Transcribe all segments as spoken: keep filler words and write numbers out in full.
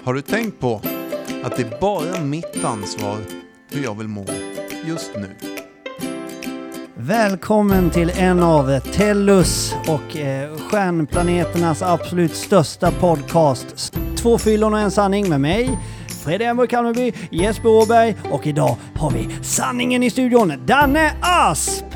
Har du tänkt på att det är bara mitt ansvar hur jag vill må just nu? Välkommen till en av Tellus och eh, stjärnplaneternas absolut största podcast. Två fyllon och en sanning med mig, Fredrik Emberg Kalmarby, Jesper Åberg, och idag har vi sanningen i studion, Danne Asp!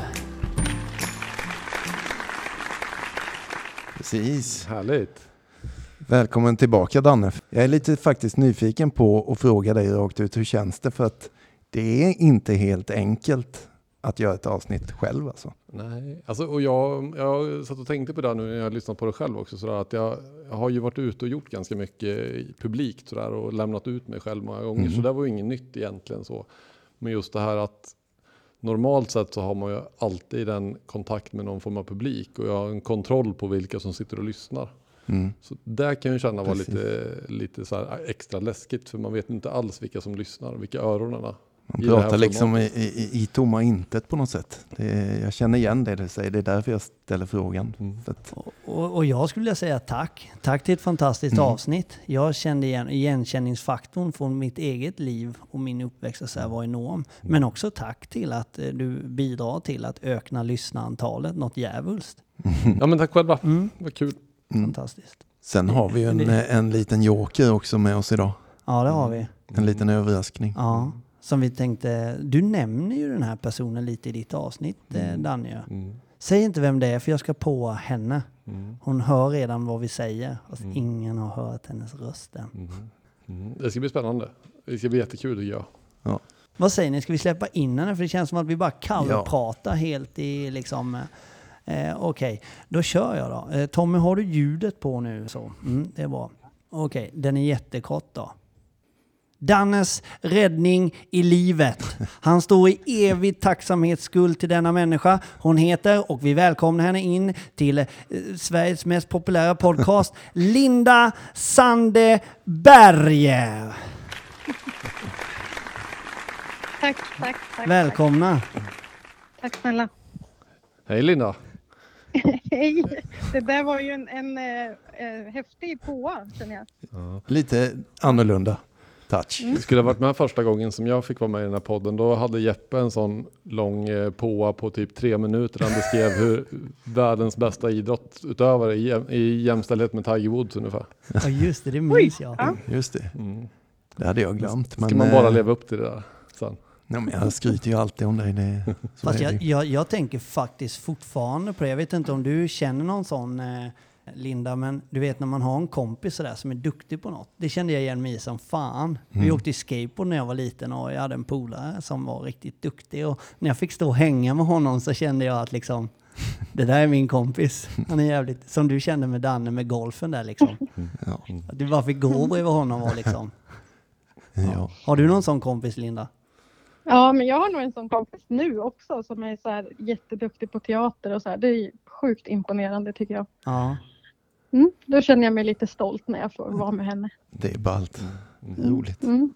Precis. Härligt. Välkommen tillbaka, Danne. Jag är lite faktiskt nyfiken på att fråga dig rakt ut, hur känns det? För att det är inte helt enkelt att göra ett avsnitt själv alltså. Nej, alltså, och jag, jag satt och tänkte på det nu när jag lyssnat på det själv också. Sådär, att jag, jag har ju varit ute och gjort ganska mycket publikt sådär, och lämnat ut mig själv många gånger. Mm. Så det var ju inget nytt egentligen så. Men just det här att normalt sett så har man ju alltid en kontakt med någon form av publik. Och jag har en kontroll på vilka som sitter och lyssnar. Mm. Så där kan jag känna vara lite, lite så här extra läskigt. För man vet inte alls vilka som lyssnar, vilka öronen är. Man pratar liksom i, i, i tomma intet på något sätt. Det, jag känner igen det du säger. Det är därför jag ställer frågan. Mm. För att... och, och jag skulle säga tack. Tack till ett fantastiskt mm. avsnitt. Jag kände igen igenkänningsfaktorn från mitt eget liv och min uppväxt så här var enorm. Mm. Men också tack till att du bidrar till att öka lyssnarantalet något djävulskt. Mm. Ja, men tack själva. Mm. Vad kul. Mm. Fantastiskt. Sen har vi ju en, en liten joker också med oss idag. Ja, det har vi. En liten överraskning. Ja. Som vi tänkte, du nämner ju den här personen lite i ditt avsnitt, mm. Daniel. Mm. Säg inte vem det är, för jag ska på henne. Mm. Hon hör redan vad vi säger, fast mm. ingen har hört hennes röst än. Mm. Mm. Det ska bli spännande. Det ska bli jättekul, tycker jag. Ja. Vad säger ni, ska vi släppa in henne? För det känns som att vi bara kallpratar ja. helt i liksom... Eh, Okej, okay. Då kör jag då. Eh, Tommy, har du ljudet på nu? Så. Mm, det är bra. Okej, okay. Den är jättekort då. Dannes räddning i livet. Han står i evig tacksamhetsskuld till denna människa. Hon heter, och vi välkomnar henne in till eh, Sveriges mest populära podcast, Linda Sandeberg. Tack, tack, tack. Välkomna. Tack snälla. Hej Linda. Hej. Det där var ju en, en äh, häftig påa, känner jag. Ja. Lite annorlunda touch. Mm. Det skulle ha varit med första gången som jag fick vara med i den här podden. Då hade Jeppe en sån lång eh, påa på typ tre minuter. Han beskrev hur världens bästa idrottutövare i, i jämställdhet med Tiger Woods ungefär. Ja just det, det minns jag. Ja. Just det. Mm. Det hade jag glömt. Ska men, man bara leva upp till det där sen? Ja, men jag skryter ju alltid om dig. Det, Fast jag, jag, jag tänker faktiskt fortfarande på det. Jag vet inte om du känner någon sån, eh, Linda, men du vet när man har en kompis sådär som är duktig på något. Det kände jag igen mig som fan. Mm. Vi åkte i skateboard när jag var liten och jag hade en polare som var riktigt duktig. Och när jag fick stå och hänga med honom så kände jag att liksom, det där är min kompis. Han är jävligt, som du kände med Danne med golfen där liksom. Ja. Att du bara fick gå bredvid honom och liksom. Ja. Ja. Har du någon sån kompis, Linda? Ja, men jag har nog en sån kompis nu också som är så här jätteduktig på teater och så här. Det är sjukt imponerande tycker jag. Ja. Mm, då känner jag mig lite stolt när jag får vara med henne. Det är ballt. Mm. Roligt. Mm.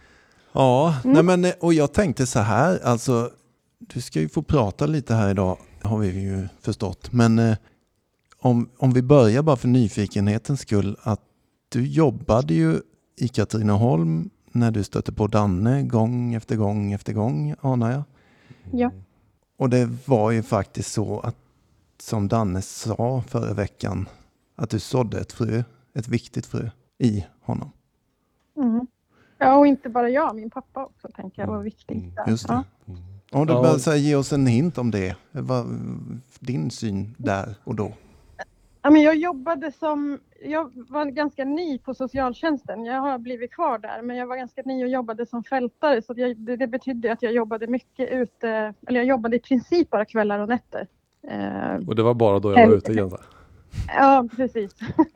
Ja, mm. nej men, och jag tänkte så här, alltså du ska ju få prata lite här idag, har vi ju förstått. Men eh, om, om vi börjar bara för nyfikenhetens skull, att du jobbade ju i Katrineholm när du stötte på Danne gång efter gång efter gång, anar jag. Ja. Och det var ju faktiskt så att, som Danne sa förra veckan, att du sådde ett frö, ett viktigt frö i honom. Mm. Ja, och inte bara jag, min pappa också tänker jag var viktigt. Där. Just det. Ja. Mm. Om du ja. bara säga, ge oss en hint om det. Vad din syn där och då? Ja, men jag jobbade som, jag var ganska ny på socialtjänsten. Jag har blivit kvar där, men jag var ganska ny och jobbade som fältare. Så jag, det, det betydde att jag jobbade mycket ute, eller jag jobbade i princip bara kvällar och nätter. Eh, och det var bara då jag var ute igen? Så. Ja, precis.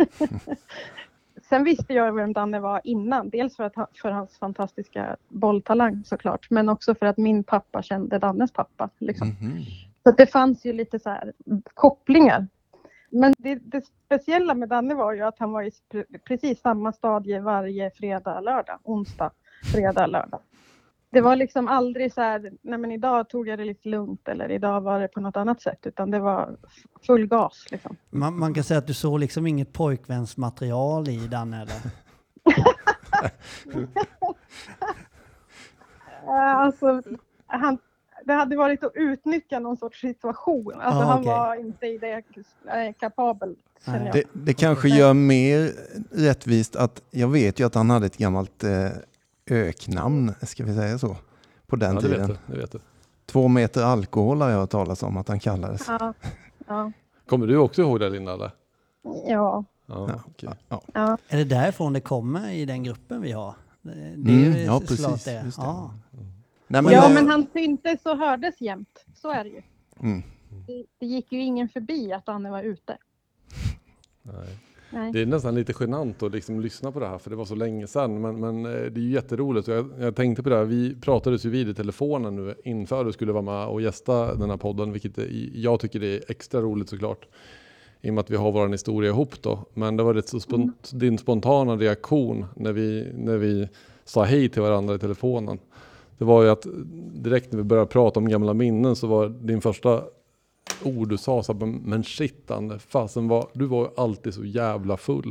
Sen visste jag vem Danne var innan. Dels för, att, för hans fantastiska bolltalang såklart. Men också för att min pappa kände Dannes pappa. Liksom. Mm-hmm. Så det fanns ju lite så här kopplingar. Men det, det speciella med Danne var ju att han var i precis samma stadie varje fredag, lördag, onsdag, fredag, lördag. Det var liksom aldrig så här, nej men idag tog jag det lite lugnt eller idag var det på något annat sätt, utan det var full gas liksom. Man, man kan säga att du såg liksom inget pojkvänsmaterial i Danne eller? Alltså, han, det hade varit att utnyttja någon sorts situation. Alltså Ah, han okej. var inte i det äh, kapabel. känner jag. Det, det kanske gör mer rättvist att jag vet ju att han hade ett gammalt eh, öknamn, ska vi säga så, på den Ja, det tiden. vet du, det vet du. Två meter alkohol har jag hört talas om att han kallades. Ja, ja, Kommer du också ihåg det, Linda? Eller? ja, Ja, Ja. okej. Ja. ja. Är det därifrån det kommer i den gruppen vi har? Det är Mm, ju ja, klart precis, det. just det. Ja. Nej, ja, eh, men han syntes och hördes jämt. Så är det ju. mm. Det, det gick ju ingen förbi att Danne var ute. Nej. Nej. Det är nästan lite genant att liksom lyssna på det här för det var så länge sedan. Men, men eh, det är ju jätteroligt. Jag, jag tänkte på det här. Vi pratades ju vid i telefonen nu inför du skulle vara med och gästa den här podden. Vilket är, jag tycker det är extra roligt såklart. I och med att vi har vår historia ihop då. Men det var rätt så spont- din spontana reaktion när vi, när vi sa hej till varandra i telefonen. Det var ju att direkt när vi började prata om gamla minnen så var din första ord du sa så här, men shit Anne, fasen var, du var ju alltid så jävla full.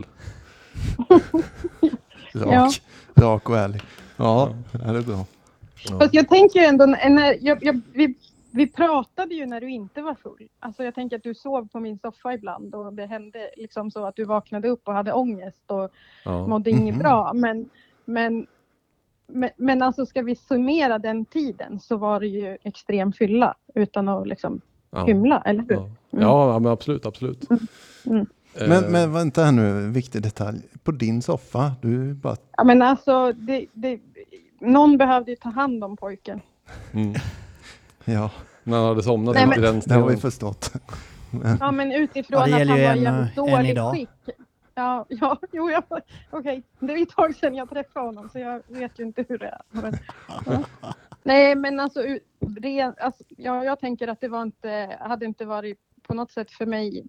rak, rak och ärlig. Ja, det är bra. Ja. Fast jag tänker ju ändå, när jag, jag, vi, vi pratade ju när du inte var full. Alltså jag tänker att du sov på min soffa ibland och det hände liksom så att du vaknade upp och hade ångest och Ja. mådde inget Mhm. bra. Men, men, men, men alltså ska vi summera den tiden så var det ju extrem fylla utan att liksom Ja. hymla, eller hur? Ja. Ja, men absolut, absolut. Mm. Eh, Men, men vänta här nu, viktig detalj. På din soffa, du bara... Ja men alltså, det, det, någon behövde ju ta hand om pojken. mm. Ja, När han hade somnat Nej, i men- det har vi rännstenen. förstått. Ja men utifrån Ja, det att gäller han ju var en, i jävligt än dåligt idag. skick. Ja, ja, jo, jag, okej. Det är ett tag sedan jag träffade honom så jag vet ju inte hur det är. Men, ja. Nej men alltså, u- ren, alltså ja, jag tänker att det var inte, hade inte varit på något sätt för mig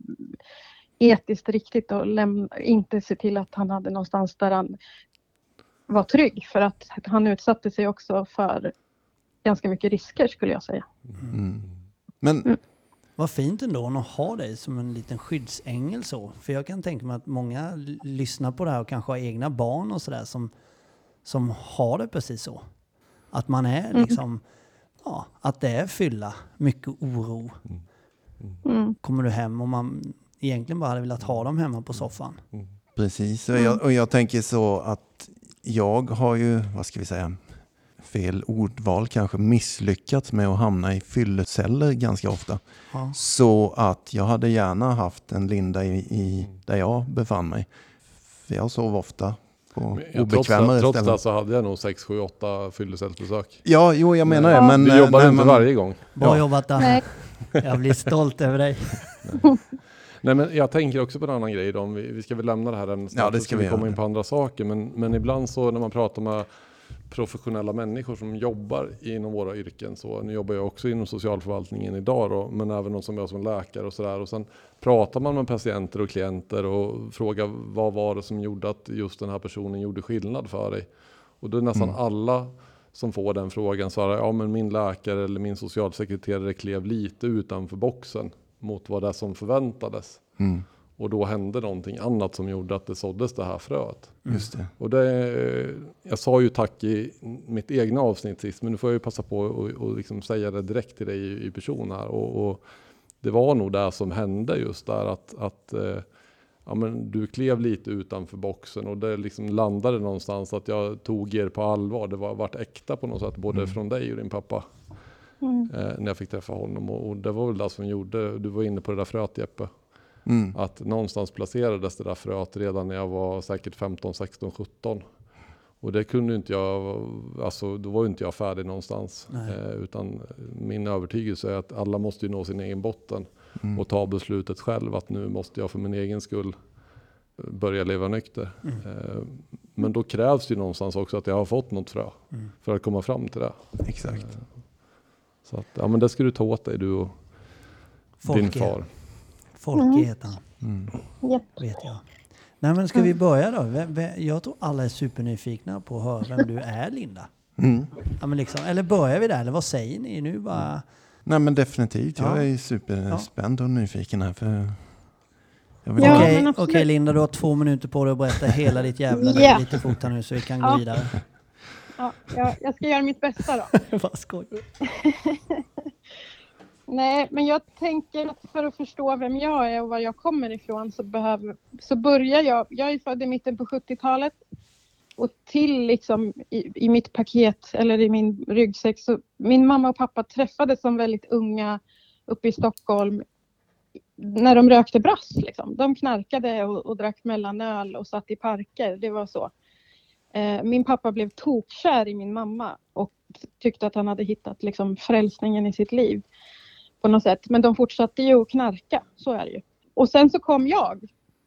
etiskt riktigt att lämna, inte se till att han hade någonstans där han var trygg. För att han utsatte sig också för ganska mycket risker skulle jag säga. Mm. Men Vad fint ändå att ha dig som en liten skyddsängel så. För jag kan tänka mig att många l- lyssnar på det här och kanske har egna barn och sådär som, som har det precis så. Att man är liksom, ja, att det är fylla, mycket oro. Mm. Kommer du hem och man egentligen bara hade velat ha dem hemma på soffan. precis, och jag, och jag tänker så att jag har ju, vad ska vi säga, fel ordval kanske, misslyckats med att hamna i fylleceller ganska ofta. Ja. Så att jag hade gärna haft en Linda i, i där jag befann mig. För jag sov ofta på Ja, trots, obekvämare trots ställen. det så hade jag nog sex, sju, åtta fyllecellsbesök. Ja, jo, jag menar Ja. det. Men, Du eh, jobbar när inte man- varje gång. Bra Ja. jobbat Danne. Nej. Jag blir stolt över dig. Nej, men jag tänker också på en annan grej. Då. Om Vi, vi ska väl lämna det här ämnet snart, Ja, det så ska vi vi komma göra. in på andra saker. Men, men ibland så när man pratar med professionella människor som jobbar inom våra yrken. Så, nu jobbar jag också inom socialförvaltningen idag då, men även de som jag som läkare och sådär. Och sen pratar man med patienter och klienter och frågar vad var det som gjorde att just den här personen gjorde skillnad för dig. Och då är nästan Mm. alla som får den frågan svarar ja men min läkare eller min socialsekreterare klev lite utanför boxen mot vad det som förväntades. Mm, Och då hände någonting annat som gjorde att det såddes det här fröet. just det. Och det, jag sa ju tack i mitt egna avsnitt sist, men nu får jag ju passa på och, och liksom säga det direkt till dig i, i person här. Och, och det var nog det som hände just där att, att eh, ja, men du klev lite utanför boxen och det liksom landade någonstans att jag tog er på allvar. Det var varit äkta på något sätt, både Mm. från dig och din pappa. Mm. Eh, när jag fick träffa honom. Och, och det var väl det som gjorde, du var inne på det där fröet Jeppe. Mm. Att någonstans placerades det där fröet redan när jag var säkert femton, sexton, sjutton. Och det kunde inte jag, alltså då var ju inte jag färdig någonstans. Eh, utan min övertygelse är att alla måste ju nå sin egen botten. Mm. Och ta beslutet själv att nu måste jag för min egen skull börja leva nykter. Mm. Eh, men då krävs det ju någonstans också att jag har fått något frö. Mm. För att komma fram till det. Exakt. Så att, ja men det ska du ta åt dig du och din Folke. far. Folke heter han, Mm. Japp. vet jag. Nej men ska vi börja då? Vem- vem- Jag tror alla är supernyfikna på att höra vem du är, Linda. Mm. Ja, men liksom, eller börjar vi där? Eller vad säger ni nu? Bara, Nej men definitivt, jag Ja. är superspänd och nyfiken här för Jag vill Ja, höra. Okej, men absolut. okej, Linda, du har två minuter på dig att berätta hela ditt jävla liv Ja. lite fort här nu så vi kan Ja. gå vidare. Ja, jag, jag ska göra mitt bästa då. Vad skoj. Nej, men jag tänker att för att förstå vem jag är och var jag kommer ifrån så, behöver, så börjar jag, jag är född i mitten på sjuttiotalet och till liksom i, i mitt paket eller i min ryggsäck så min mamma och pappa träffades som väldigt unga uppe i Stockholm när de rökte brass liksom. De knarkade och, och drack mellanöl och satt i parker, det var så. Eh, min pappa blev tokkär i min mamma och tyckte att han hade hittat liksom frälsningen i sitt liv på något sätt. Men de fortsatte ju att knarka, så är det ju. Och sen så kom jag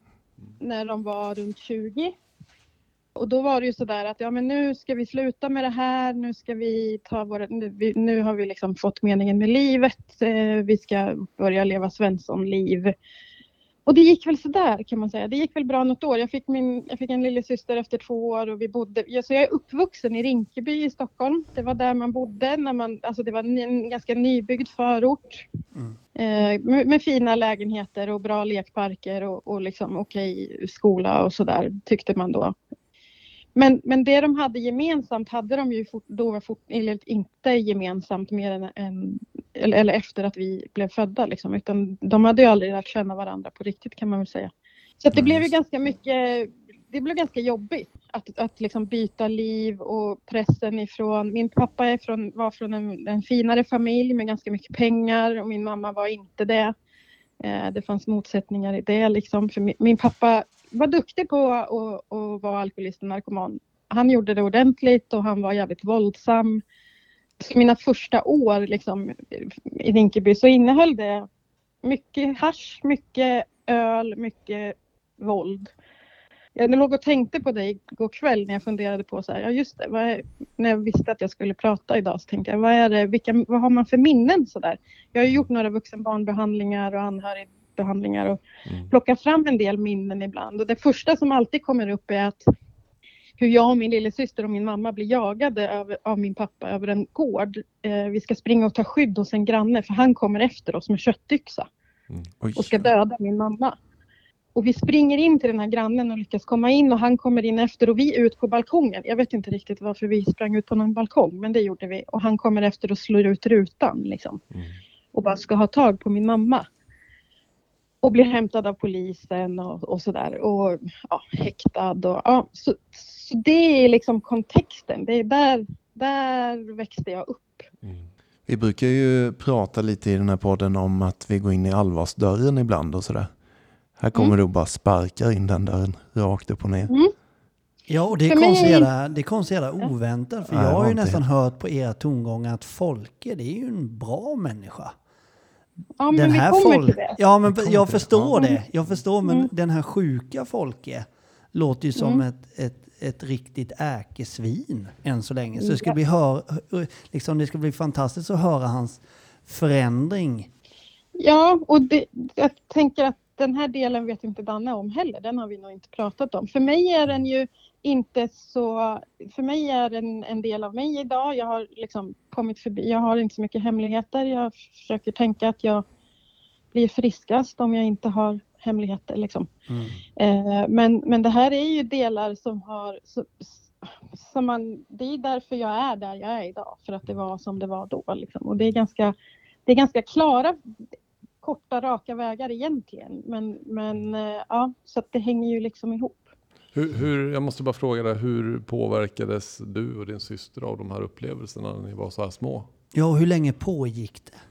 när de var runt tjugo. Och då var det ju sådär att ja men nu ska vi sluta med det här, nu ska vi ta våra, nu, vi, nu har vi liksom fått meningen med livet, eh, vi ska börja leva Svensson-liv. Och det gick väl sådär kan man säga, det gick väl bra något år. Jag fick, min, jag fick en lillasyster efter två år och vi bodde, ja, så jag är uppvuxen i Rinkeby i Stockholm. Det var där man bodde, när man, alltså det var en ganska nybyggd förort. Mm. Eh, med, med fina lägenheter och bra lekparker och, och liksom okej skola och sådär tyckte man då. Men, men det de hade gemensamt hade de ju fort, då fort, eller inte gemensamt mer än, än eller, eller efter att vi blev födda liksom, utan de hade ju aldrig lärt känna varandra på riktigt kan man väl säga. Så att det Mm, blev ju just. ganska mycket, det blev ganska jobbigt att, att liksom byta liv och pressen ifrån, min pappa är från, var från en, en finare familj med ganska mycket pengar och min mamma var inte det. Eh, det fanns motsättningar i det liksom, för min, min pappa var duktig på att, att vara alkoholist och narkoman. Han gjorde det ordentligt och han var jävligt våldsam. Så mina första år liksom, i Rinkeby så innehöll det mycket hasch, mycket öl, mycket våld. Jag låg och tänkte på det igår kväll när jag funderade på så här, ja just det, vad är, när jag visste att jag skulle prata idag så tänkte jag, vad är det, vilka, vad har man för minnen så där? Jag har ju gjort några vuxenbarnbehandlingar och anhörigbehandlingar och Mm. plockat fram en del minnen ibland. Och det första som alltid kommer upp är att hur jag och min lillasyster och min mamma blir jagade av, av min pappa över en gård. Eh, vi ska springa och ta skydd hos en granne för han kommer efter oss med köttyxa Mm. Oj. och ska döda min mamma. Och vi springer in till den här grannen och lyckas komma in och han kommer in efter och vi ut på balkongen. Jag vet inte riktigt varför vi sprang ut på någon balkong, men det gjorde vi. Och han kommer efter och slår ut rutan liksom. Mm. Och bara ska ha tag på min mamma. Och blir hämtad av polisen och, och sådär. Och ja, häktad. Och, ja, så, så det är liksom kontexten. Det är där, där växte jag upp. Mm. Vi brukar ju prata lite i den här podden om att vi går in i allvarsdörren ibland och sådär. Här kommer Mm. du bara sparka in den dörren rakt upp och ner. Mm. Ja, och det är För mig- konstiga, det är konstiga oväntat. För Nej, jag det har var ju inte nästan helt- hört på era tongångar att Folke, det är ju en bra människa. Ja, men vi kommer till det. Ja, men Vi kommer jag till det. förstår Ja. det. Jag förstår, men Mm. den här sjuka Folke låter ju som Mm. ett, ett, ett riktigt äkesvin än så länge. Så Mm, det ska, ja. bli hör, liksom, det ska bli fantastiskt att höra hans förändring. Ja, och det, jag tänker att den här delen vet inte Danne om heller. Den har vi nog inte pratat om. För mig är den ju inte så... För mig är den en del av mig idag. Jag har liksom kommit förbi. Jag har inte så mycket hemligheter. Jag försöker tänka att jag blir friskast om jag inte har hemligheter. Liksom. Mm. Eh, men, men det här är ju delar som har... Så, som man, det är därför jag är där jag är idag. För att det var som det var då. Liksom. Och det är ganska, det är ganska klara... korta raka vägar egentligen, men, men ja, så att det hänger ju liksom ihop. Hur, hur, jag måste bara fråga dig, hur påverkades du och din syster av de här upplevelserna när ni var så här små? Ja, och hur länge pågick det?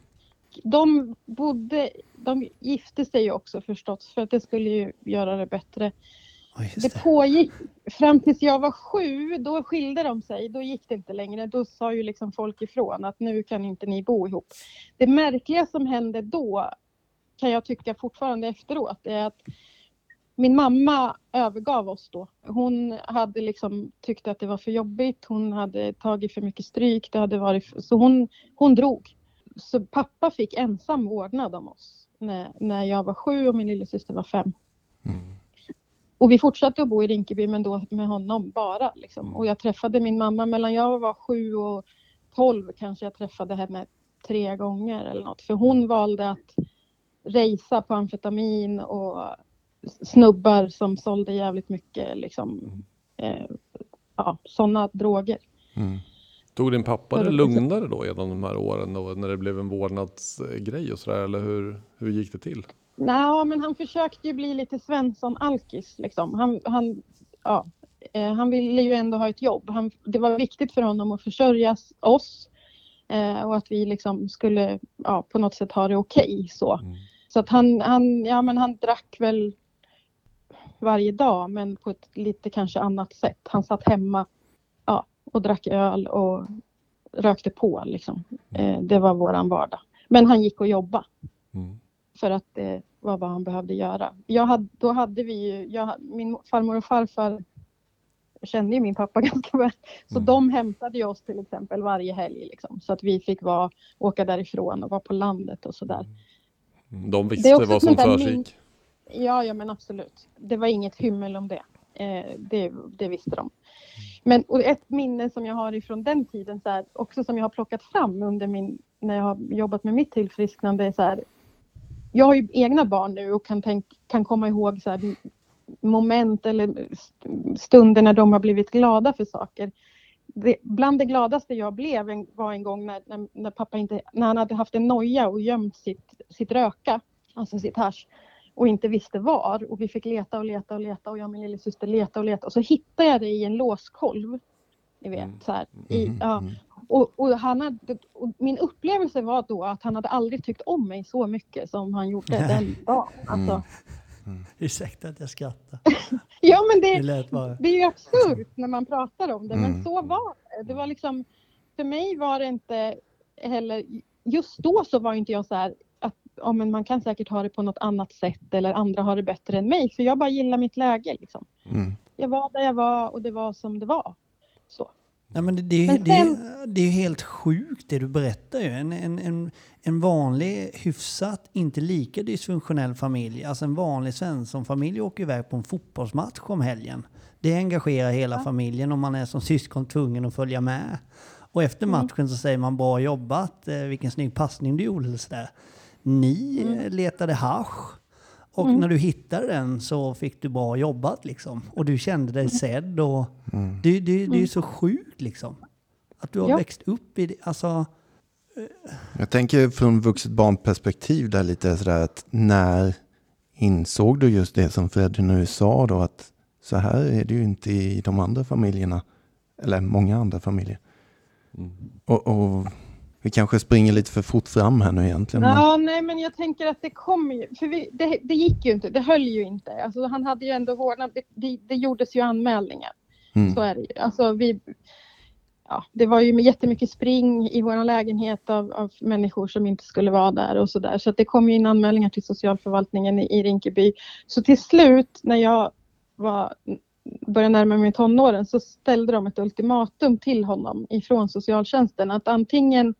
De bodde, de gifte sig ju också förstås för att det skulle ju göra det bättre. Ja, just Det det. pågick fram tills jag var sju, då skilde de sig, då gick det inte längre. Då sa ju liksom folk ifrån att nu kan inte ni bo ihop. Det märkliga som hände då kan jag tycka fortfarande efteråt är att min mamma övergav oss då. Hon hade liksom tyckt att det var för jobbigt, hon hade tagit för mycket stryk, det hade varit, så hon, hon drog. Så pappa fick ensam vårdnad om oss när, när jag var sju och min lillasyster var fem. Mm. Och vi fortsatte att bo i Rinkeby men då med honom bara. Liksom. Och jag träffade min mamma mellan jag var sju och tolv kanske jag träffade henne tre gånger eller något. För hon valde att rejsa på amfetamin och snubbar som sålde jävligt mycket liksom, eh, ja, sådana droger. Mm. Tog din pappa det lugnare då genom de här åren då, när det blev en vårdnadsgrej och sådär, eller hur, hur gick det till? Nej, men han försökte ju bli lite Svensson-alkis liksom. Han, han, ja, eh, han ville ju ändå ha ett jobb. Han, det var viktigt för honom att försörja oss eh, och att vi liksom skulle ja, på något sätt ha det okej okay, så. Mm. Så att han, han, ja, men han drack väl varje dag, men på ett lite kanske annat sätt. Han satt hemma ja, och drack öl och rökte på liksom. Eh, det var våran vardag. Men han gick och jobbade. Mm. För att det var vad han behövde göra. Jag hade, då hade vi ju, jag, min farmor och farfar kände ju min pappa ganska väl. Så mm. de hämtade ju oss till exempel varje helg. Liksom, så att vi fick vara, åka därifrån och vara på landet och sådär. Mm. De visste vad som försiggick. Ja, ja, men absolut. Det var inget hymmel om det. Eh, det, det visste de. Men och ett minne som jag har ifrån den tiden, så här, också som jag har plockat fram under min, när jag har jobbat med mitt tillfrisknande, är så här, jag har ju egna barn nu och kan, tänk, kan komma ihåg så här, moment eller stunder när de har blivit glada för saker. Det, bland det gladaste jag blev en, var en gång när, när, när pappa inte, när han hade haft en noja och gömt sitt, sitt röka, alltså sitt hasch, och inte visste var. Och vi fick leta och leta och leta och jag och min lillasyster leta och leta. Och så hittade jag det i en låskolv. Ni vet, mm. så här. I, mm. ja. och, och, han hade, och min upplevelse var då att han hade aldrig tyckt om mig så mycket som han gjorde den dagen. Alltså. Mm. Mm. Ursäkta att jag skrattar. Ja, men det, det, det är ju absurt när man pratar om det. Mm. Men så var det. Det var liksom, för mig var det inte heller, just då så var inte jag så här, ja, men man kan säkert ha det på något annat sätt eller andra har det bättre än mig. För jag bara gillar mitt läge liksom. Mm. Jag var där jag var och det var som det var. Så. Ja, men det, det, men sen, det, det är ju helt sjukt det du berättar ju. En, en, en, en vanlig, hyfsat, inte lika dysfunktionell familj. Alltså en vanlig Svensson-familj åker iväg på en fotbollsmatch om helgen. Det engagerar hela ja. familjen om man är som syskon tvungen att följa med. Och efter matchen mm. så säger man bra jobbat, vilken snygg passning du gjorde. Så där. Ni mm. letade hasch och mm. när du hittade den så fick du bra jobbat liksom. Och du kände dig sedd och mm. det, det, det är ju så sjukt liksom. Att du har ja. växt upp i det. Alltså, jag tänker från vuxet barnperspektiv där lite sådär att när insåg du just det som Freddy nu sa då, att så här är det ju inte i de andra familjerna eller många andra familjer. Mm. Och, och vi kanske springer lite för fort fram här nu egentligen. Ja, men... nej, men jag tänker att det kommer ju, för vi, det, det gick ju inte, det höll ju inte. Alltså han hade ju ändå vårdnad, det, det, det gjordes ju anmälningar. Mm. Så är det ju. Alltså vi, ja, det var ju jättemycket spring i vår lägenhet av, av människor som inte skulle vara där och sådär. Så att det kom ju in anmälningar till socialförvaltningen i, i Rinkeby. Så till slut när jag var... började närma mig tonåren så ställde de ett ultimatum till honom ifrån socialtjänsten att antingen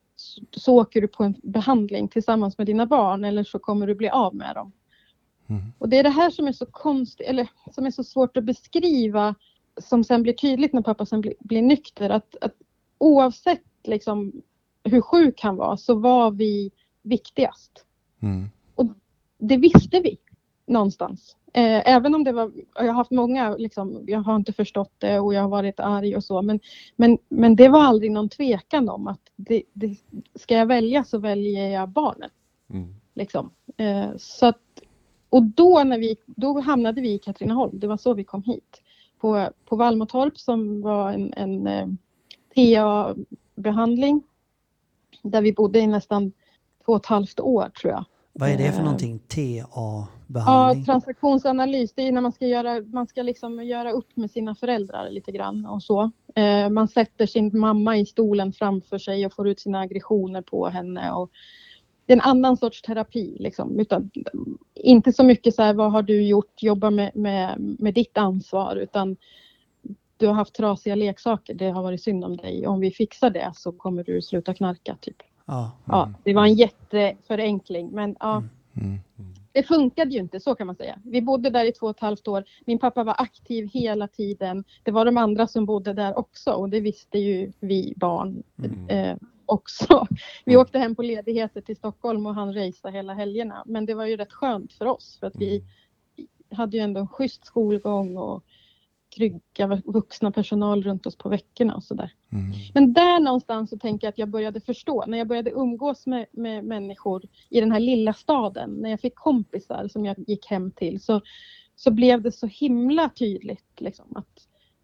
så åker du på en behandling tillsammans med dina barn eller så kommer du bli av med dem. Mm. Och det är det här som är så konstigt eller som är så svårt att beskriva, som sen blir tydligt när pappa sen blir, blir nykter, att, att oavsett liksom hur sjuk han var så var vi viktigast. Mm. Och det visste vi någonstans. Eh, även om det var, jag har haft många, liksom, jag har inte förstått det och jag har varit arg och så. Men, men, men det var aldrig någon tvekan om att det, det, ska jag välja så väljer jag barnen. Mm. Liksom. Eh, så att, och då, när vi, då hamnade vi i Katrineholm, det var så vi kom hit. På, på Valmotorp som var en, en eh, T A-behandling. Där vi bodde i nästan två och ett halvt år tror jag. Vad är det för någonting? T A-behandling? Ja, transaktionsanalys. Det är när man ska göra, man ska liksom göra upp med sina föräldrar lite grann och så. Eh, man sätter sin mamma i stolen framför sig och får ut sina aggressioner på henne. Och det är en annan sorts terapi. Liksom. Utan, inte så mycket så här, vad har du gjort? Jobba med, med, med ditt ansvar. Utan du har haft trasiga leksaker. Det har varit synd om dig. Om vi fixar det så kommer du sluta knarka typ. Ja, mm. ja, det var en jätteförenkling, men ja, mm. Mm. det funkade ju inte, så kan man säga. Vi bodde där i två och ett halvt år. Min pappa var aktiv hela tiden. Det var de andra som bodde där också och det visste ju vi barn mm. eh, också. Vi åkte hem på ledigheter till Stockholm och han rejsade hela helgerna. Men det var ju rätt skönt för oss för att vi, hade ju ändå en schysst skolgång och trygga vuxna personal runt oss på veckorna och sådär. Mm. Men där någonstans så tänker jag att jag började förstå. När jag började umgås med, med människor i den här lilla staden. När jag fick kompisar som jag gick hem till. Så, så blev det så himla tydligt liksom, att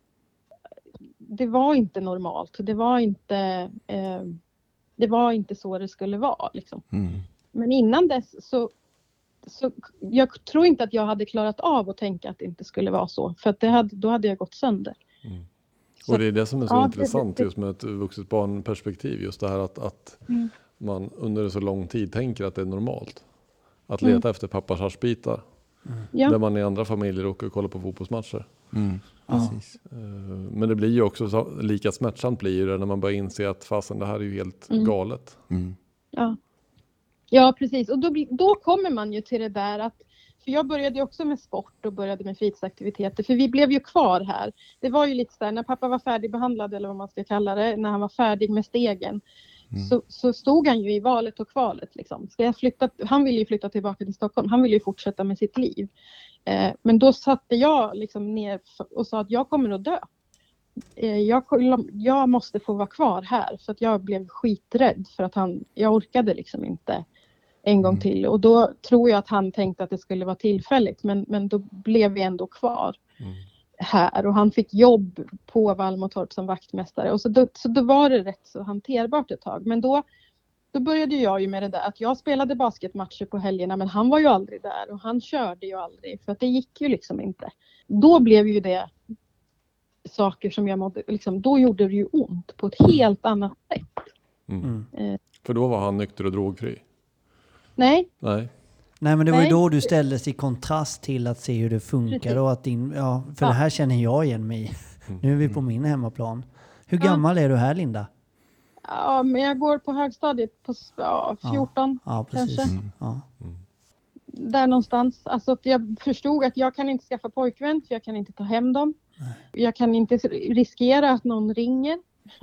det var inte normalt. Det var inte, eh, det var inte så det skulle vara. Liksom. Mm. Men innan dess så Så jag tror inte att jag hade klarat av att tänka att det inte skulle vara så. För att det hade, då hade jag gått sönder. Mm. Så, och det är det som är så ja, intressant det, det, just med ett vuxet barnperspektiv. Just det här att, att mm. man under så lång tid tänker att det är normalt. Att leta mm. efter pappas haschbitar. Mm. Ja. Där man i andra familjer åker och kollar på fotbollsmatcher. Mm. Ja. Men det blir ju också så, lika smärtsamt blir det när man börjar inse att fasen, det här är ju helt mm. galet. Mm. Ja. Ja, precis. Och då, då kommer man ju till det där att, för jag började ju också med sport och började med fritidsaktiviteter, för vi blev ju kvar här. Det var ju lite så där, när pappa var färdigbehandlad eller vad man ska kalla det, när han var färdig med stegen, mm. så, så stod han ju i valet och kvalet liksom. Ska jag flytta, han ville ju flytta tillbaka till Stockholm, han ville ju fortsätta med sitt liv. Eh, men då satte jag liksom ner och sa att jag kommer att dö. Eh, jag, jag måste få vara kvar här, så att jag blev skiträdd för att han, jag orkade liksom inte en gång till. Och då tror jag att han tänkte att det skulle vara tillfälligt. Men, men då blev vi ändå kvar mm. här. Och han fick jobb på Vallmotorp som vaktmästare. Och så då, så då var det rätt så hanterbart ett tag. Men då, då började jag ju med det där att jag spelade basketmatcher på helgerna. Men han var ju aldrig där. Och han körde ju aldrig. För att det gick ju liksom inte. Då blev ju det saker som jag mådde. Liksom, då gjorde det ju ont på ett helt annat sätt. Mm. Mm. För då var han nykter och drogfri. Nej. Nej. Nej, men det var ju då du ställdes i kontrast till att se hur det funkar och att din, ja, för ja. Det här känner jag igen mig i. Mm. Nu är vi på min hemmaplan. Hur gammal ja. är du här, Linda? Ja, men jag går på högstadiet på ja, fjorton ja. Ja, precis. kanske. Mm. Ja. Där någonstans. Alltså att jag förstod att jag kan inte skaffa pojkvän, för jag kan inte ta hem dem. Nej. Jag kan inte riskera att någon ringer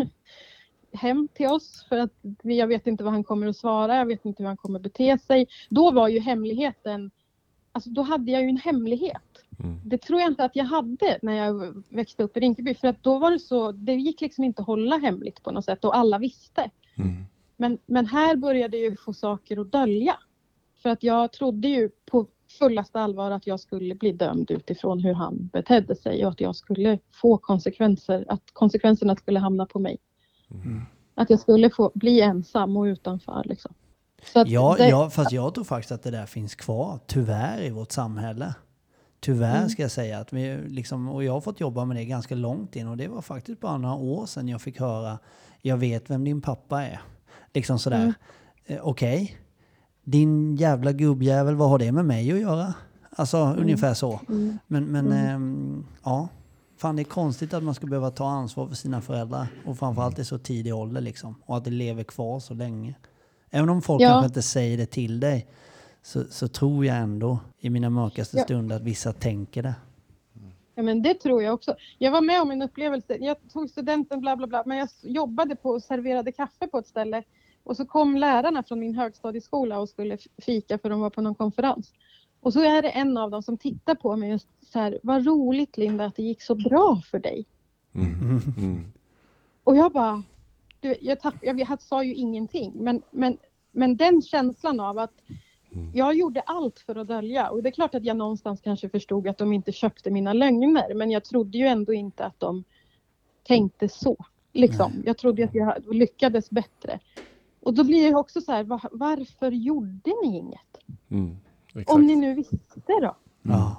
hem till oss, för att jag vet inte vad han kommer att svara, jag vet inte hur han kommer att bete sig. Då var ju hemligheten, alltså då hade jag ju en hemlighet. Mm. Det tror jag inte att jag hade när jag växte upp i Rinkeby, för att då var det så, det gick liksom inte att hålla hemligt på något sätt och alla visste. Mm. Men, men här började jag ju få saker att dölja. För att jag trodde ju på fullaste allvar att jag skulle bli dömd utifrån hur han betedde sig och att jag skulle få konsekvenser, att konsekvenserna skulle hamna på mig. Mm. Att jag skulle få bli ensam och utanför liksom. Så att ja, det, ja, fast jag tror faktiskt att det där finns kvar, tyvärr, i vårt samhälle. Tyvärr mm. ska jag säga. Att vi liksom, och jag har fått jobba med det ganska långt in, och det var faktiskt bara några år sedan jag fick höra, jag vet vem din pappa är. Liksom sådär, mm. eh, okej, okay. Din jävla gubbjävel, vad har det med mig att göra? Alltså mm. ungefär så. Mm. Men, men mm. Eh, ja, fan, det är konstigt att man ska behöva ta ansvar för sina föräldrar. Och framförallt i så tidig ålder liksom. Och att det lever kvar så länge. Även om folk ja. kanske inte säger det till dig, så, så tror jag ändå i mina mörkaste ja. stunder att vissa tänker det. Ja, men det tror jag också. Jag var med om en upplevelse. Jag tog studenten bla bla bla. Men jag jobbade på och serverade kaffe på ett ställe. Och så kom lärarna från min högstadieskola och skulle fika, för de var på någon konferens. Och så är det en av dem som tittar på mig och så här: vad roligt, Linda, att det gick så bra för dig. Mm. Mm. Och jag bara, du, jag, tapp, jag, jag sa ju ingenting. Men, men, men den känslan av att mm. jag gjorde allt för att dölja. Och det är klart att jag någonstans kanske förstod att de inte köpte mina lögner. Men jag trodde ju ändå inte att de tänkte så. Liksom. Jag trodde att jag lyckades bättre. Och då blir det också så här, var, varför gjorde ni inget? Mm, om ni nu visste då. Ja.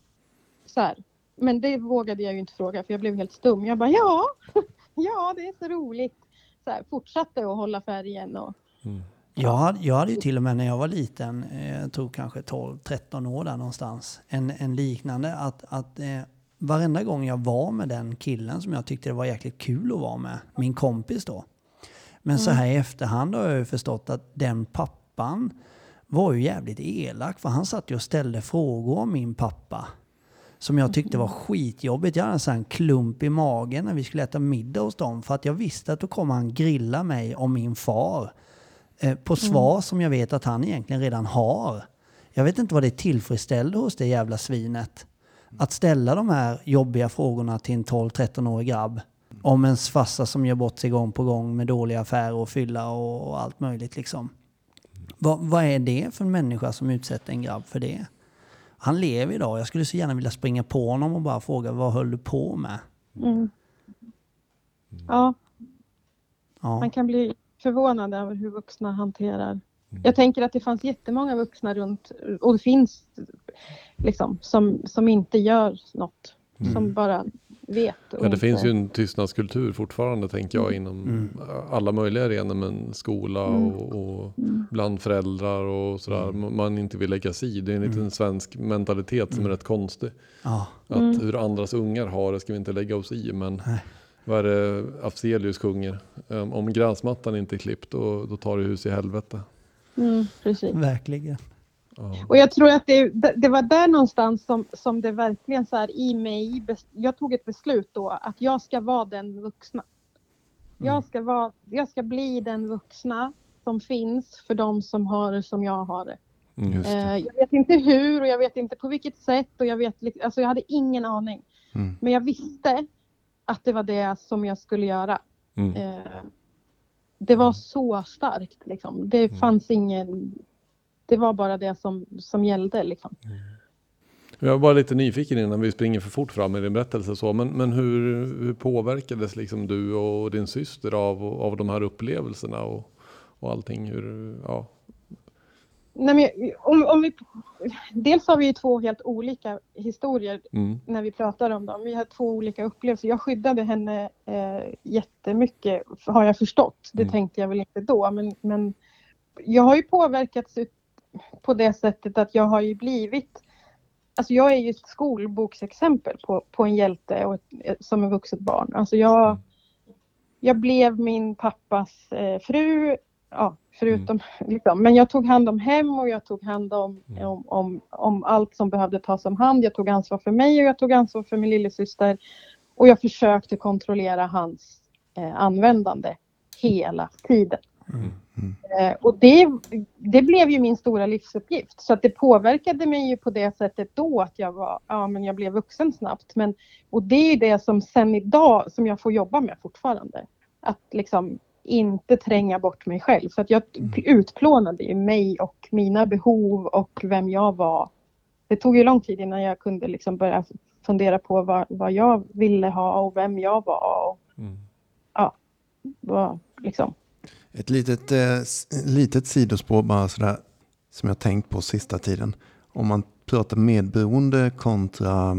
Så här. Men det vågade jag ju inte fråga, för jag blev helt stum. Jag bara, ja, ja, det är så roligt. Så här, fortsatte att hålla färgen. Och, mm. jag, hade, jag hade ju till och med när jag var liten, jag tror kanske tolv tretton år där någonstans, en, en liknande att, att eh, varenda gång jag var med den killen som jag tyckte det var jäkligt kul att vara med, min kompis då. Men mm. så här i efterhand har jag ju förstått att den pappan var ju jävligt elak. För han satt ju och ställde frågor om min pappa som jag tyckte var skitjobbigt. Jag hade en sån här klump i magen när vi skulle äta middag hos dem. För att jag visste att då kommer han grilla mig om min far. Eh, på svar mm. som jag vet att han egentligen redan har. Jag vet inte vad det tillfredsställde hos det jävla svinet. Att ställa de här jobbiga frågorna till en tolv-tretton-årig grabb. Om ens farsa som gör bort sig gång på gång med dåliga affärer och fylla och, och allt möjligt liksom. Vad, vad är det för en människa som utsätter en grabb för det? Han lever idag. Jag skulle så gärna vilja springa på honom och bara fråga, vad höll du på med? Mm. Ja. Ja. Man kan bli förvånad över hur vuxna hanterar. Jag tänker att det fanns jättemånga vuxna runt, och det finns liksom, som, som inte gör något. Mm. Som bara vet. Ja, det inte... finns ju en tystnadskultur fortfarande, tänker jag, inom mm. alla möjliga arenor, men skola och, och mm. bland föräldrar och sådär. Man inte vill lägga sig i. Det är en liten mm. svensk mentalitet som är rätt konstig. Ja. Att mm. hur andras ungar har det ska vi inte lägga oss i, men Nej. Vad är det Afzelius sjunger? Um, om gräsmattan inte är klippt, då, då tar det hus i helvete. Mm, precis. Verkligen. Och jag tror att det, det var där någonstans som, som det verkligen så här i mig, jag tog ett beslut då att jag ska vara den vuxna. Mm. Jag ska vara, jag ska bli den vuxna som finns för de som har det som jag har det. Mm, just det. Jag vet inte hur och jag vet inte på vilket sätt och jag vet, alltså jag hade ingen aning. Mm. Men jag visste att det var det som jag skulle göra. Mm. Det var så starkt liksom. Det fanns ingen... Det var bara det som, som gällde liksom. Mm. Jag var bara lite nyfiken innan vi springer för fort fram i din berättelse. Så. Men, men hur, hur påverkades liksom du och din syster av, av de här upplevelserna och, och allting? Hur, ja. Nej, men, om, om vi, dels har vi ju två helt olika historier mm. när vi pratar om dem. Vi har två olika upplevelser. Jag skyddade henne eh, jättemycket, har jag förstått. Det mm. tänkte jag väl inte då. Men, men jag har ju påverkats ut på det sättet att jag har ju blivit, alltså jag är ju ett skolboksexempel på, på en hjälte och ett, som är vuxet barn. Alltså jag, jag blev min pappas eh, fru, ja, förutom mm. liksom, men jag tog hand om hem och jag tog hand om, mm. om, om, om allt som behövde tas om hand. Jag tog ansvar för mig och jag tog ansvar för min lillasyster och jag försökte kontrollera hans eh, användande hela tiden. Mm. Mm. Eh, och det, det blev ju min stora livsuppgift. Så att det påverkade mig ju på det sättet då att jag var, ja men jag blev vuxen snabbt. Men, och det är ju det som sen idag som jag får jobba med fortfarande. Att liksom inte tränga bort mig själv. För att jag mm. utplånade ju mig och mina behov och vem jag var. Det tog ju lång tid innan jag kunde liksom börja fundera på vad, vad jag ville ha och vem jag var. Och, mm. Ja, vad liksom... Ett litet, eh, litet sidospår bara sådär som jag tänkt på sista tiden. Om man pratar medberoende kontra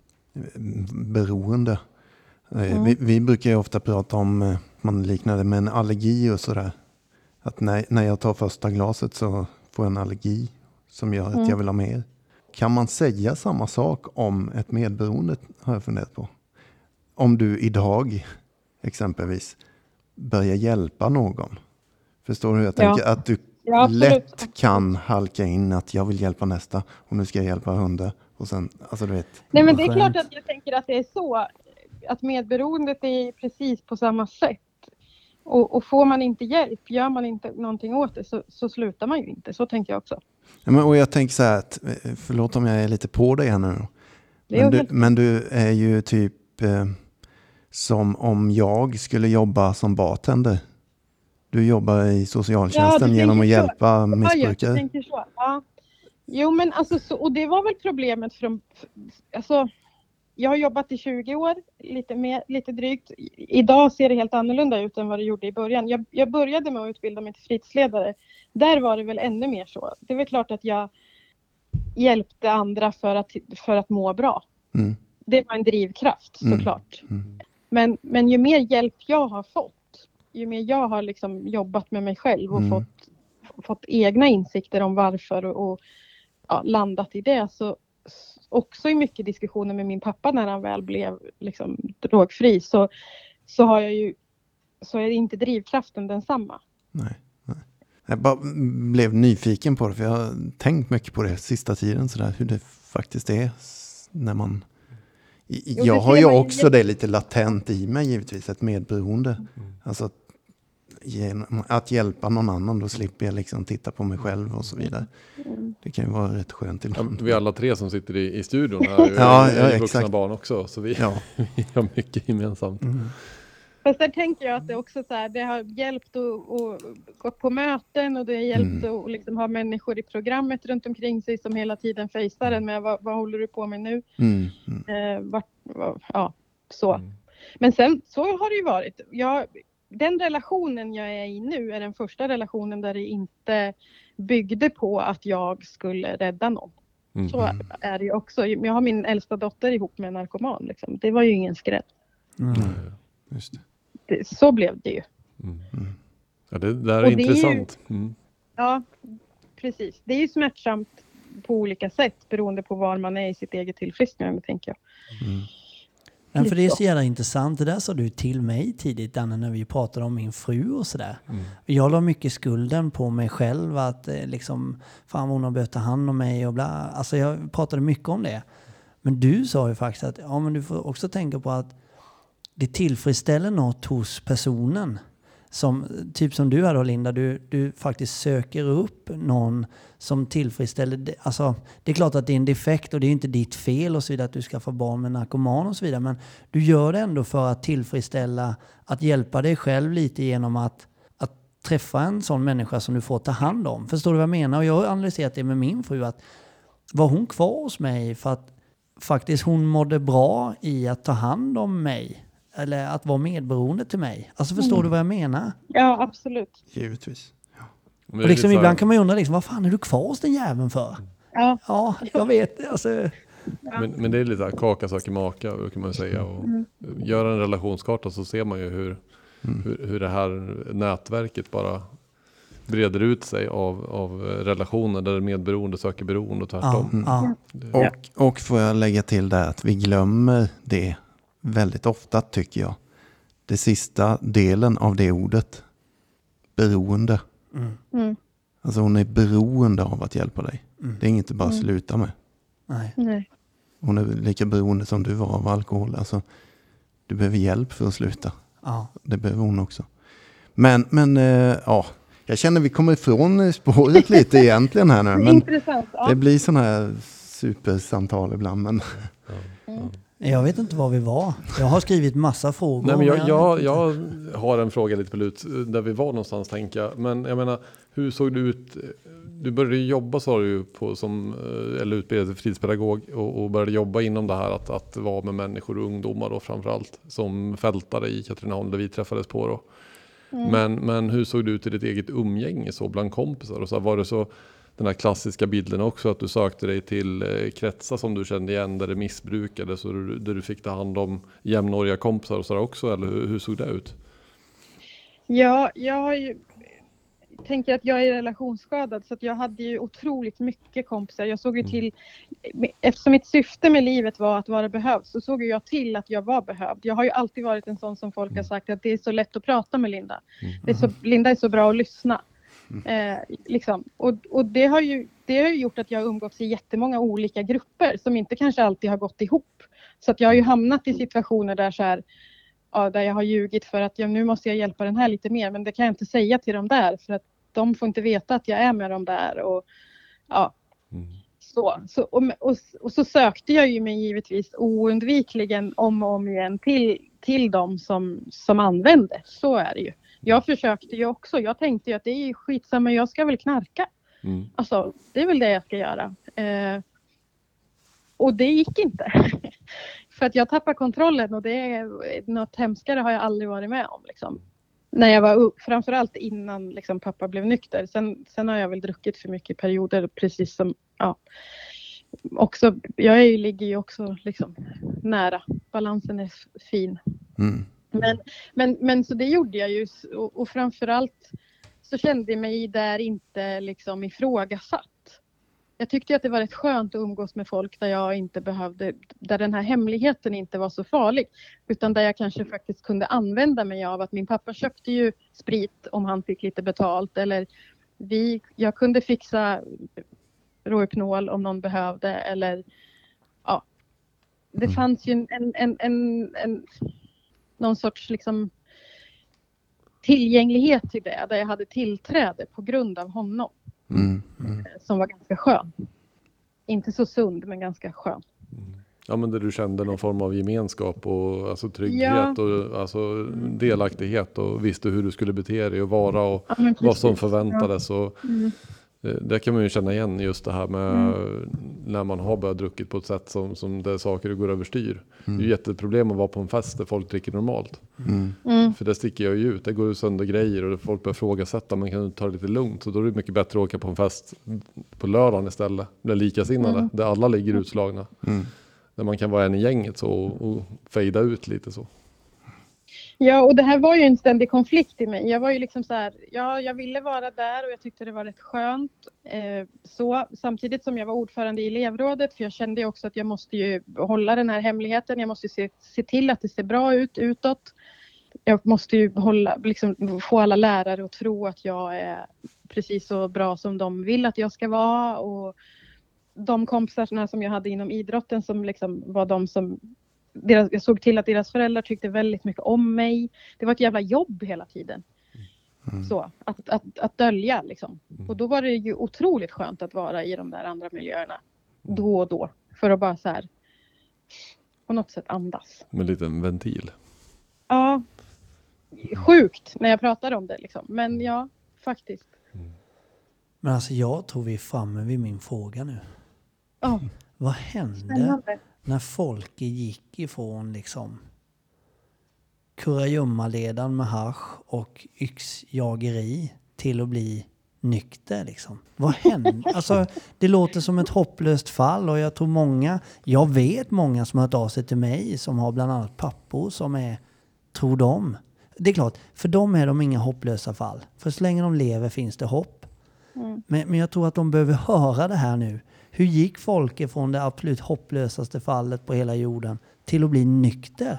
beroende. Mm. Vi, vi brukar ju ofta prata om, man liknar det med en allergi och sådär. Att när, när jag tar första glaset så får jag en allergi som gör att mm. jag vill ha mer. Kan man säga samma sak om ett medberoende, har jag funderat på. Om du idag exempelvis börjar hjälpa någon. Förstår du hur jag tänker? Ja. Att du ja, lätt kan halka in att jag vill hjälpa nästa och nu ska jag hjälpa hundar. Och sen, alltså du vet. Nej men det är klart att jag tänker att det är så. Att medberoendet är precis på samma sätt. Och, och får man inte hjälp, gör man inte någonting åt det så, så slutar man ju inte. Så tänker jag också. Ja, men, och jag tänker så här, att, förlåt om jag är lite på dig här nu. Men du, men du är ju typ eh, som om jag skulle jobba som bartender. Du jobbar i socialtjänsten ja, genom att hjälpa så. missbrukare. Ja, jag tänker så. Ja. Jo, men alltså, så, och det var väl problemet från, alltså, jag har jobbat i tjugo år, lite, mer, lite drygt. Idag ser det helt annorlunda ut än vad det gjorde i början. Jag, jag började med att utbilda mig till fritidsledare. Där var det väl ännu mer så. Det är väl klart att jag hjälpte andra för att, för att må bra. Mm. Det var en drivkraft såklart. Mm. Mm. Men, men ju mer hjälp jag har fått, ju mer jag har liksom jobbat med mig själv och mm. fått, fått egna insikter om varför och, och ja, landat i det, så också i mycket diskussioner med min pappa när han väl blev liksom drogfri, så, så har jag ju, så är det inte drivkraften densamma. Nej, nej. Jag bara blev nyfiken på det, för jag har tänkt mycket på det sista tiden, så där, hur det faktiskt är när man... Jag har ju också det lite latent i mig givetvis, ett medberoende. Mm. Alltså, genom att hjälpa någon annan, då slipper jag liksom titta på mig själv och så vidare. Mm. Det kan ju vara rätt skönt ibland. Ja, vi alla tre som sitter i, i studion här ja, är ja, vuxna exakt. barn också, så vi, ja. vi har mycket gemensamt. Mm. Fast där tänker jag att det också så här, det har hjälpt att, att gå på möten och det har hjälpt mm. att liksom ha människor i programmet runt omkring sig som hela tiden fejsar en med vad, vad håller du på med nu? Mm. Mm. Eh, vart, vad, ja, så. Mm. Men sen så har det ju varit. Jag, den relationen jag är i nu är den första relationen där det inte byggde på att jag skulle rädda någon. Mm. Så är det ju också. Jag har min äldsta dotter ihop med en narkoman. Liksom. Det var ju ingen skräll. Mm. Just det. Det, så blev det ju. Mm. Mm. Ja, det där är och intressant. Det är ju, mm. Ja, precis. Det är ju smärtsamt på olika sätt beroende på var man är i sitt eget tillfrisknande, tänker jag. Mm. Men för det är så jävla intressant. Det där sa du till mig tidigt, Danne, när vi pratade om min fru och sådär. Mm. Jag la mycket skulden på mig själv att liksom, fan hon har behövt ta hand om mig och bla. Alltså jag pratade mycket om det. Men du sa ju faktiskt att ja, men du får också tänka på att det tillfredsställer något hos personen. Som, typ som du här då, Linda, du, du faktiskt söker upp någon som tillfredsställer, alltså det är klart att det är en defekt och det är inte ditt fel och så vidare att du skaffar barn med narkoman och så vidare, men du gör det ändå för att tillfredsställa, att hjälpa dig själv lite genom att, att träffa en sån människa som du får ta hand om. Förstår du vad jag menar? Och jag har analyserat det med min fru, att var hon kvar hos mig för att faktiskt hon mådde bra i att ta hand om mig. Eller att vara medberoende till mig. Alltså förstår mm. du vad jag menar? Ja, absolut. Givetvis. Ja. Och liksom, ibland kan man ju undra, liksom, vad fan är du kvar hos den jäveln för? Ja, ja jag vet. Alltså. Ja. Men, men det är lite här, kaka saker maka, kan man säga. Och mm. Göra en relationskarta så ser man ju hur, mm. hur, hur det här nätverket bara breder ut sig av, av relationer där medberoende söker beroende och tvärtom. Ja. Mm. Ja. Och, och får jag lägga till det att vi glömmer det väldigt ofta, tycker jag. Det sista delen av det ordet. Beroende. Mm. Mm. Alltså hon är beroende av att hjälpa dig. Mm. Det är inget att bara mm. sluta med. Nej. Nej. Hon är lika beroende som du var av alkohol. Alltså, du behöver hjälp för att sluta. Ja. Det behöver hon också. Men, men äh, ja, jag känner vi kommer ifrån spåret lite egentligen här nu. Men intressant, ja. Det blir sådana här supersamtal ibland. Men mm. Jag vet inte var vi var. Jag har skrivit massa frågor. Nej, men jag, jag, jag har en fråga lite på lut där vi var någonstans, tänker jag. Men jag menar, hur såg det ut? Du började jobba, sa du, på, som, eller utbildad fritidspedagog och, och började jobba inom det här att, att vara med människor och ungdomar då, framförallt som fältare i Katrineholm där vi träffades på då. Mm. Men, men hur såg det ut i ditt eget umgänge så bland kompisar? Och så var det så den här klassiska bilden också, att du sökte dig till eh, kretsar som du kände igen där det missbrukades och där, där du fick ta hand om jämnåriga kompisar och sådär också, eller hur, hur såg det ut? Ja, jag har ju, tänker att jag är relationsskadad, så att jag hade ju otroligt mycket kompisar. Jag såg ju till, eftersom mitt syfte med livet var att vara behövd, så såg jag till att jag var behövd. Jag har ju alltid varit en sån som folk har sagt att det är så lätt att prata med Linda. Det är så, Linda är så bra att lyssna. Eh, liksom. och, och det har ju det har ju gjort att jag har umgåtts i jättemånga olika grupper som inte kanske alltid har gått ihop, så att jag har ju hamnat i situationer där så här, ja, där jag har ljugit för att ja, nu måste jag hjälpa den här lite mer, men det kan jag inte säga till dem där för att de får inte veta att jag är med dem där och ja mm. så, så och, och, och så sökte jag ju mig givetvis oundvikligen om och om igen till, till dem som, som använde, så är det ju. Jag försökte ju också. Jag tänkte ju att det är skitsamma, jag ska väl knarka. Mm. Alltså, det är väl det jag ska göra. Eh, och det gick inte. För att jag tappar kontrollen och det är något hemskare har jag aldrig varit med om. Liksom. När jag var framförallt innan liksom, pappa blev nykter. Sen, sen har jag väl druckit för mycket perioder, precis som, ja. Också, jag är, ligger ju också liksom, nära. Balansen är fin. Mm. Men, men, men så det gjorde jag ju, och, och framförallt så kände jag mig där inte liksom ifrågasatt. Jag tyckte att det var rätt skönt att umgås med folk där jag inte behövde, där den här hemligheten inte var så farlig, utan där jag kanske faktiskt kunde använda mig av att min pappa köpte ju sprit om han fick lite betalt, eller vi, jag kunde fixa Rohypnol om någon behövde, eller ja, det fanns ju en, en, en, en någon sorts liksom tillgänglighet till det. Där jag hade tillträde på grund av honom. Mm. Mm. Som var ganska skön. Inte så sund, men ganska skön. Ja, men där du kände någon form av gemenskap och alltså trygghet Ja. och alltså delaktighet och visste hur du skulle bete dig och vara och Ja, vad som förväntades. Ja. Och, mm. det kan man ju känna igen just det här med mm. när man har börjat druckit på ett sätt som, som där saker går överstyr. Mm. Det är ju jätteproblem att vara på en fest där folk dricker normalt. Mm. Mm. För det sticker jag ju ut. Det går ju sönder grejer och folk börjar frågasätta. Man kan ta det lite lugnt. Så då är det mycket bättre att åka på en fest på lördagen istället. Med likasinnade. Mm. Där alla ligger utslagna. Mm. Där man kan vara en i gänget så och, och fejda ut lite så. Ja, och det här var ju en ständig konflikt i mig. Jag var ju liksom så här, ja, jag ville vara där och jag tyckte det var rätt skönt. Eh, så samtidigt som jag var ordförande i elevrådet, för jag kände ju också att jag måste ju hålla den här hemligheten. Jag måste se, se till att det ser bra ut utåt. Jag måste ju hålla, liksom, få alla lärare att tro att jag är precis så bra som de vill att jag ska vara. Och de kompisarna som jag hade inom idrotten som liksom var de som Deras, jag såg till att deras föräldrar tyckte väldigt mycket om mig. Det var ett jävla jobb hela tiden. Mm. Så, att, att, att dölja liksom. Mm. Och då var det ju otroligt skönt att vara i de där andra miljöerna. Då och då. För att bara så här på något sätt andas. Med en liten ventil. Ja. Sjukt när jag pratar om det liksom. Men ja, faktiskt. Mm. Men alltså jag tror vi är framme vid min fråga nu. Ja. Vad hände? Spännande. När folk gick ifrån liksom kurragömmaledaren med hasch och yxjageri till att bli nykter liksom. Vad hände? Alltså det låter som ett hopplöst fall och jag tror många, jag vet många som har hört av sig till mig som har bland annat pappor som är, tror de. Det är klart, för dem är de inga hopplösa fall. För så länge de lever finns det hopp. Mm. Men, men jag tror att de behöver höra det här nu. Hur gick folk ifrån det absolut hopplösaste fallet på hela jorden till att bli nykter?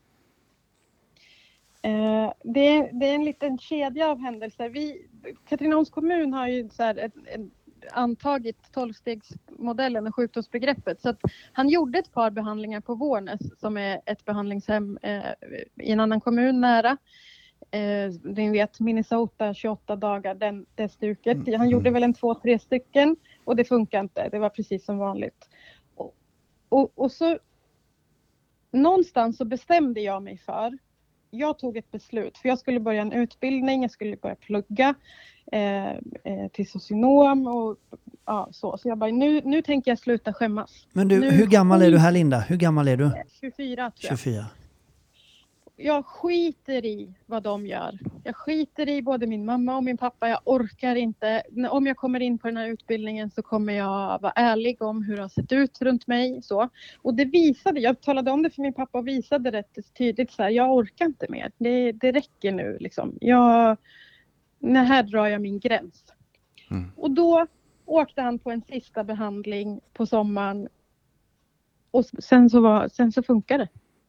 Eh, det, är, det är en liten kedja av händelser. Vi, Katrineholms kommun har ju så här ett, ett, antagit tolvstegsmodellen och sjukdomsbegreppet. Så att han gjorde ett par behandlingar på Vårnäs som är ett behandlingshem eh, i en annan kommun nära. Eh, ni vet Minnesota tjugoåtta dagar, den, det stuket. Han mm. gjorde väl en två, tre stycken och det funkar inte. Det var precis som vanligt. Och, och, och så någonstans så bestämde jag mig för, jag tog ett beslut för jag skulle börja en utbildning, jag skulle börja plugga eh, eh, till socionom och ja, så. Så jag bara, nu, nu tänker jag sluta skämmas. Men du, nu, hur gammal är du här Linda? Hur gammal är du? tjugofyra tror jag. tjugofyra. Jag skiter i vad de gör. Jag skiter i både min mamma och min pappa. Jag orkar inte. Om jag kommer in på den här utbildningen så kommer jag vara ärlig om hur det har sett ut runt mig. Så. Och det visade, jag talade om det för min pappa och visade rätt tydligt så här, jag orkar inte mer. Det, det räcker nu liksom. Jag, nej, här drar jag min gräns. Mm. Och då åkte han på en sista behandling på sommaren. Och sen så, var, sen så funkade det.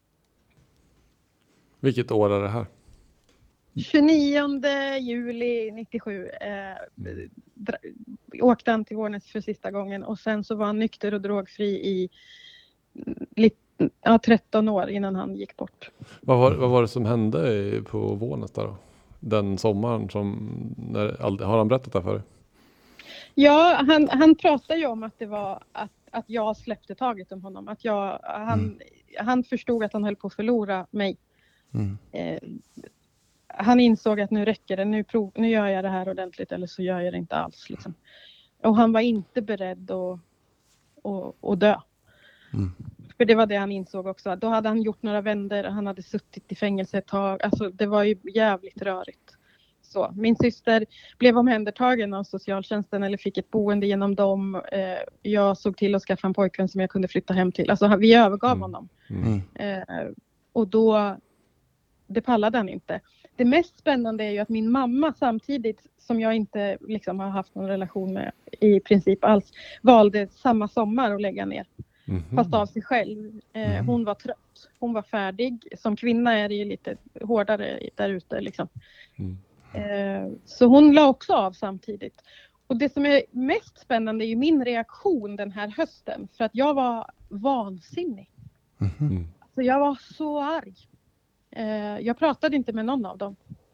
Vilket år är det här? tjugonionde juli nittiosju eh, dra, åkte han till Vårnäs för sista gången och sen så var han nykter och drogfri i lit, ja, tretton år innan han gick bort. Vad var, vad var det som hände på Vårnäs där då? Den sommaren som, när, har han berättat det för dig? Ja, han, han pratade ju om att det var att, att jag släppte taget om honom. Att jag, han, mm. han förstod att han höll på att förlora mig. Mm. Eh, han insåg att nu räcker det, nu, prov, nu gör jag det här ordentligt eller så gör jag det inte alls. Liksom. Och han var inte beredd att, att, att dö. Mm. För det var det han insåg också. Då hade han gjort några vänder, han hade suttit i fängelse ett tag. Alltså det var ju jävligt rörigt. Så, min syster blev omhändertagen av socialtjänsten eller fick ett boende genom dem. Eh, jag såg till att skaffa en pojkvän som jag kunde flytta hem till. Alltså vi övergav mm. honom. Mm. Eh, och då, det pallade han inte. Det mest spännande är ju att min mamma samtidigt, som jag inte liksom har haft någon relation med i princip alls, valde samma sommar att lägga ner. Mm. Fast av sig själv. Eh, mm. Hon var trött. Hon var färdig. Som kvinna är det ju lite hårdare där ute liksom. Mm. Eh, så hon la också av samtidigt. Och det som är mest spännande är ju min reaktion den här hösten. För att jag var vansinnig. Mm. Alltså jag var så arg. Eh, jag pratade inte med någon av dem.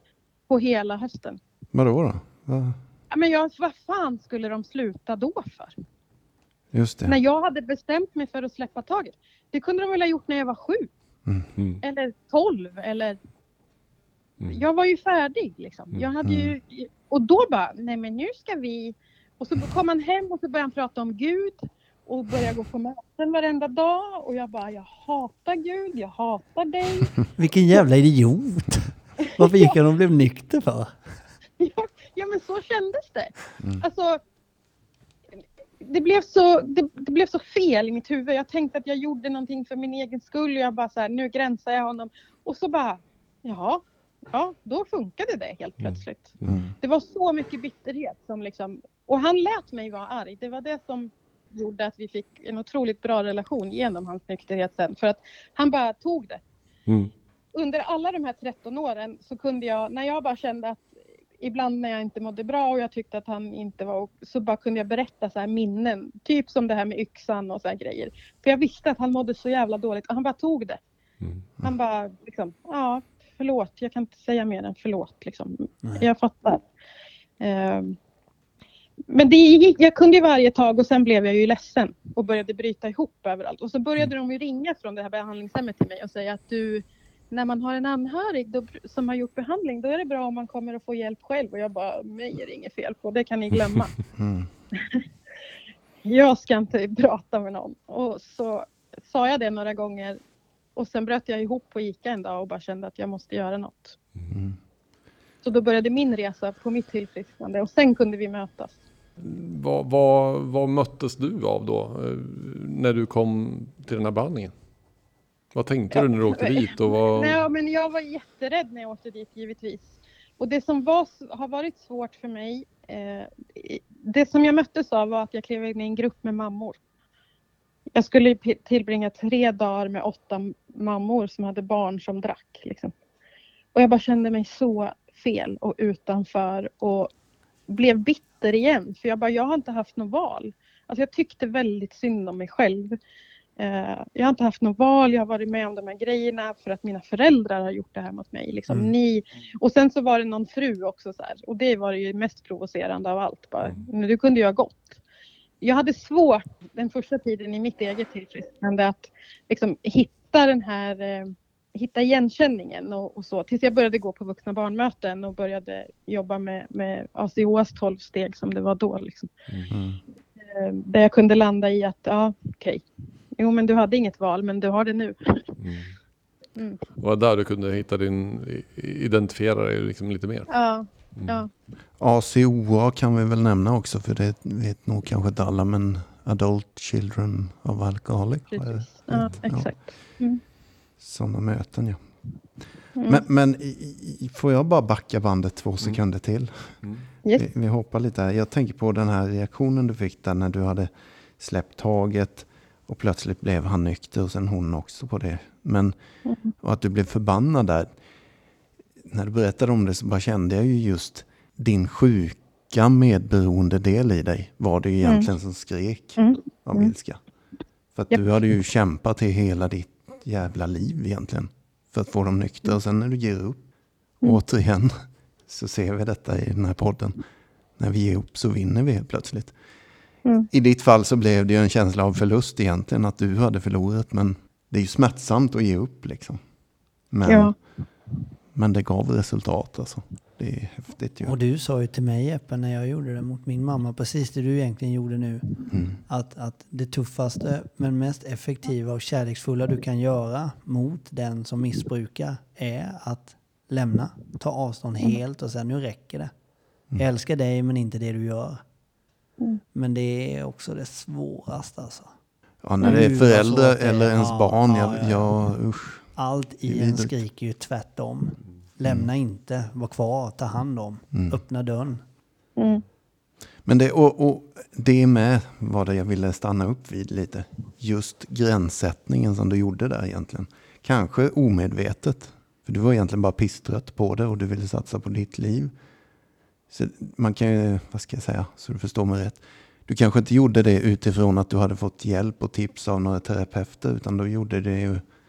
på hela hösten. Vadå då? Va? Ja, men jag, vad fan skulle de sluta då för? Just det. När jag hade bestämt mig för att släppa taget. Det kunde de väl ha gjort när jag var sju. Mm. Mm. Eller tolv. Eller... Mm. Jag var ju färdig liksom. Jag hade ju... Och då bara, nej men nu ska vi... Och så kom han hem och så började han prata om Gud. Och började gå på möten varenda dag. Och jag bara, jag hatar Gud, jag hatar dig. Vilken jävla idiot. Varför gick han och blev nykter för? Ja, ja men så kändes det. Mm. Alltså... Det blev, så, det, det blev så fel i mitt huvud. Jag tänkte att jag gjorde någonting för min egen skull. Och jag bara så här, nu gränsar jag honom. Och så bara, ja, ja då funkade det helt plötsligt. Mm. Det var så mycket bitterhet som liksom... Och han lät mig vara arg. Det var det som gjorde att vi fick en otroligt bra relation genom hans nykterhet sen. För att han bara tog det. Mm. Under alla de här tretton åren så kunde jag, när jag bara kände att ibland när jag inte mådde bra och jag tyckte att han inte var, så bara kunde jag berätta så här minnen. Typ som det här med yxan och så här grejer. För jag visste att han mådde så jävla dåligt. Och han bara tog det. Mm. Han bara liksom, ja förlåt. Jag kan inte säga mer än förlåt liksom. Nej. Jag fattar. Um, men det gick, jag kunde ju varje tag och sen blev jag ju ledsen. Och började bryta ihop överallt. Och så började de ju ringa från det här behandlingshemmet till mig och säga att du... När man har en anhörig då, som har gjort behandling, då är det bra om man kommer att få hjälp själv. Och jag bara, mig är det inget fel på, det kan ni glömma. Mm. Jag ska inte prata med någon. Och så sa jag det några gånger. Och sen bröt jag ihop på Ica en dag och bara kände att jag måste göra något. Mm. Så då började min resa på mitt tillfrisknande och sen kunde vi mötas. Vad, vad, vad möttes du av då eh, när du kom till den här behandlingen? Vad tänkte Ja. du när du åkte dit? Och vad... Nej, men jag var jätterädd när jag åkte dit givetvis. Och det som var, har varit svårt för mig, eh, det som jag möttes av var att jag klev in i en grupp med mammor. Jag skulle tillbringa tre dagar med åtta mammor som hade barn som drack. Liksom. Och jag bara kände mig så fel och utanför och blev bitter igen. För jag bara, jag har inte haft något val. Alltså jag tyckte väldigt synd om mig själv. Uh, jag har inte haft något val, jag har varit med om de här grejerna för att mina föräldrar har gjort det här mot mig. Liksom, Mm. ni... Och sen så var det någon fru också så här. Och det var ju mest provocerande av allt. Bara. Men du kunde ju ha gått. Jag hade svårt den första tiden i mitt eget tillfrisknande att liksom, hitta den här eh, hitta igenkänningen och, och så. Tills jag började gå på vuxna barnmöten och började jobba med, med A C O S tolv steg som det var då. Liksom. Mm. Eh, där jag kunde landa i att, ja okej. Okay. Jo men du hade inget val men du har det nu. Mm. Mm. Det var där du kunde hitta din, identifiera dig liksom lite mer. Ja, Mm. ja. A C O A kan vi väl nämna också, för det vet nog kanske inte alla, men Adult Children of Alcoholic. Precis. Ja, exakt. Mm. Sådana möten, ja. Mm. Men, men i, i, får jag bara backa bandet två sekunder till? Mm. Yes. Vi, vi hoppar lite här. Jag tänker på den här reaktionen du fick där när du hade släppt taget och plötsligt blev han nykter och sen hon också på det. Men Mm. och att du blev förbannad där. När du berättade om det så bara kände jag ju just din sjuka medberoende del i dig. Var det ju egentligen Mm. som skrek Mm. av Mm. ilska. För att Japp. du hade ju kämpat i hela ditt jävla liv egentligen. För att få dem nykter. Och sen när du ger upp. Mm. Återigen så ser vi detta i den här podden. När vi ger upp så vinner vi helt plötsligt. Mm. I ditt fall så blev det ju en känsla av förlust egentligen. Att du hade förlorat. Men det är ju smärtsamt att ge upp liksom. Men, Ja. men det gav resultat alltså. Det är häftigt ju. Och du sa ju till mig, Jeppe, när jag gjorde det mot min mamma, precis det du egentligen gjorde nu. Mm. Att, att det tuffaste men mest effektiva och kärleksfulla du kan göra mot den som missbrukar är att lämna, ta avstånd helt och säga nu räcker det. Jag älskar dig men inte det du gör. Mm. Men det är också det svåraste alltså. Ja, när det är Nu var föräldrar så att det- eller ens ja, barn. ja, Ja, ja. ja, usch. Allt Det är i en vidrigt. skriker ju tvärtom. Lämna inte, var kvar, ta hand om, Mm. öppna dörren. Mm. Men det, och, och det är med vad det jag ville stanna upp vid lite. Just gränssättningen som du gjorde där egentligen. Kanske omedvetet. För du var egentligen bara pisstrött på det och du ville satsa på ditt liv. Så man kan ju, vad ska jag säga, så du förstår mig rätt. Du kanske inte gjorde det utifrån att du hade fått hjälp och tips av några terapeuter, utan du gjorde det ju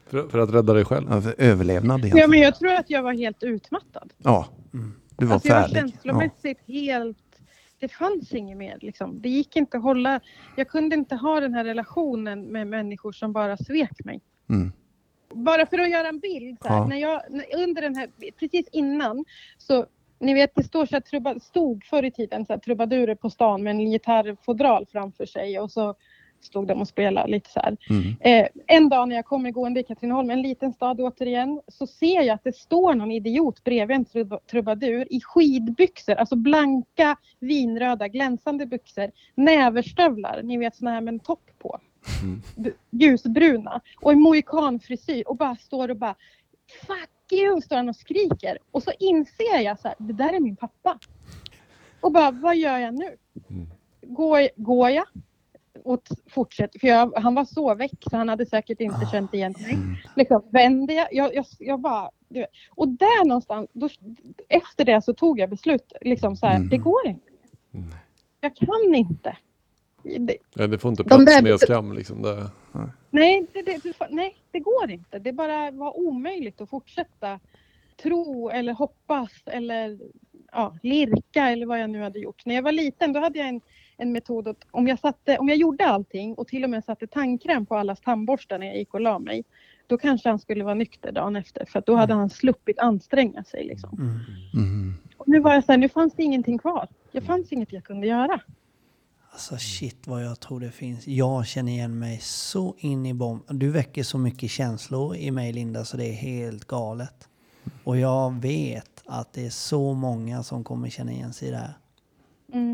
För, för att rädda dig själv? Ja, för överlevnad egentligen. Ja, men jag tror att jag var helt utmattad. Ja, du var alltså, jag färdig. var känslomässigt ja. helt... Det fanns inget mer liksom. Det gick inte att hålla... Jag kunde inte ha den här relationen med människor som bara svek mig. Mm. Bara för att göra en bild. Så här, Ja. när jag, under den här, precis innan så... Ni vet, det står så här, truba, stod förr i tiden så här, trubadurer på stan med en gitarrfodral framför sig. Och så stod de och spelade lite så här. Mm. Eh, en dag när jag kommer gående i Katrineholm, en liten stad återigen, så ser jag att det står någon idiot bredvid en truba, trubadur i skidbyxor. Alltså blanka, vinröda, glänsande byxor. Näverstövlar, ni vet såna här med en topp på. Mm. B- ljusbruna. Och en mohikanfrisyr. Och bara står och bara, fuck you, står han och skriker. Och så inser jag så här, det där är min pappa. Och bara, vad gör jag nu? Mm. Går, går jag? Och fortsätter, för jag, han var så väck så han hade säkert inte oh. känt igen mig. Mm. Liksom, vände jag, jag, jag, jag bara, du vet. Och där någonstans, då, efter det så tog jag beslut, liksom så här, mm. det går inte. Mm. Jag kan inte. Det, ja, det får inte plats de där, med skam liksom. Det. Nej, det, det, nej, det går inte. Det bara var omöjligt att fortsätta tro eller hoppas eller ja, lirka eller vad jag nu hade gjort. När jag var liten då hade jag en en metod att om jag, satte, om jag gjorde allting och till och med satte tandkräm på allas tandborstar när jag gick och la mig, då kanske han skulle vara nykter dagen efter, för att då hade han sluppit anstränga sig liksom. Mm. Mm. Och nu var jag så här, nu fanns det ingenting kvar. Det fanns inget jag kunde göra. Alltså shit vad jag tror det finns. Jag känner igen mig så in i bomb. Du väcker så mycket känslor i mig, Linda, så det är helt galet. Och jag vet att det är så många som kommer känna igen sig i det här. Mm.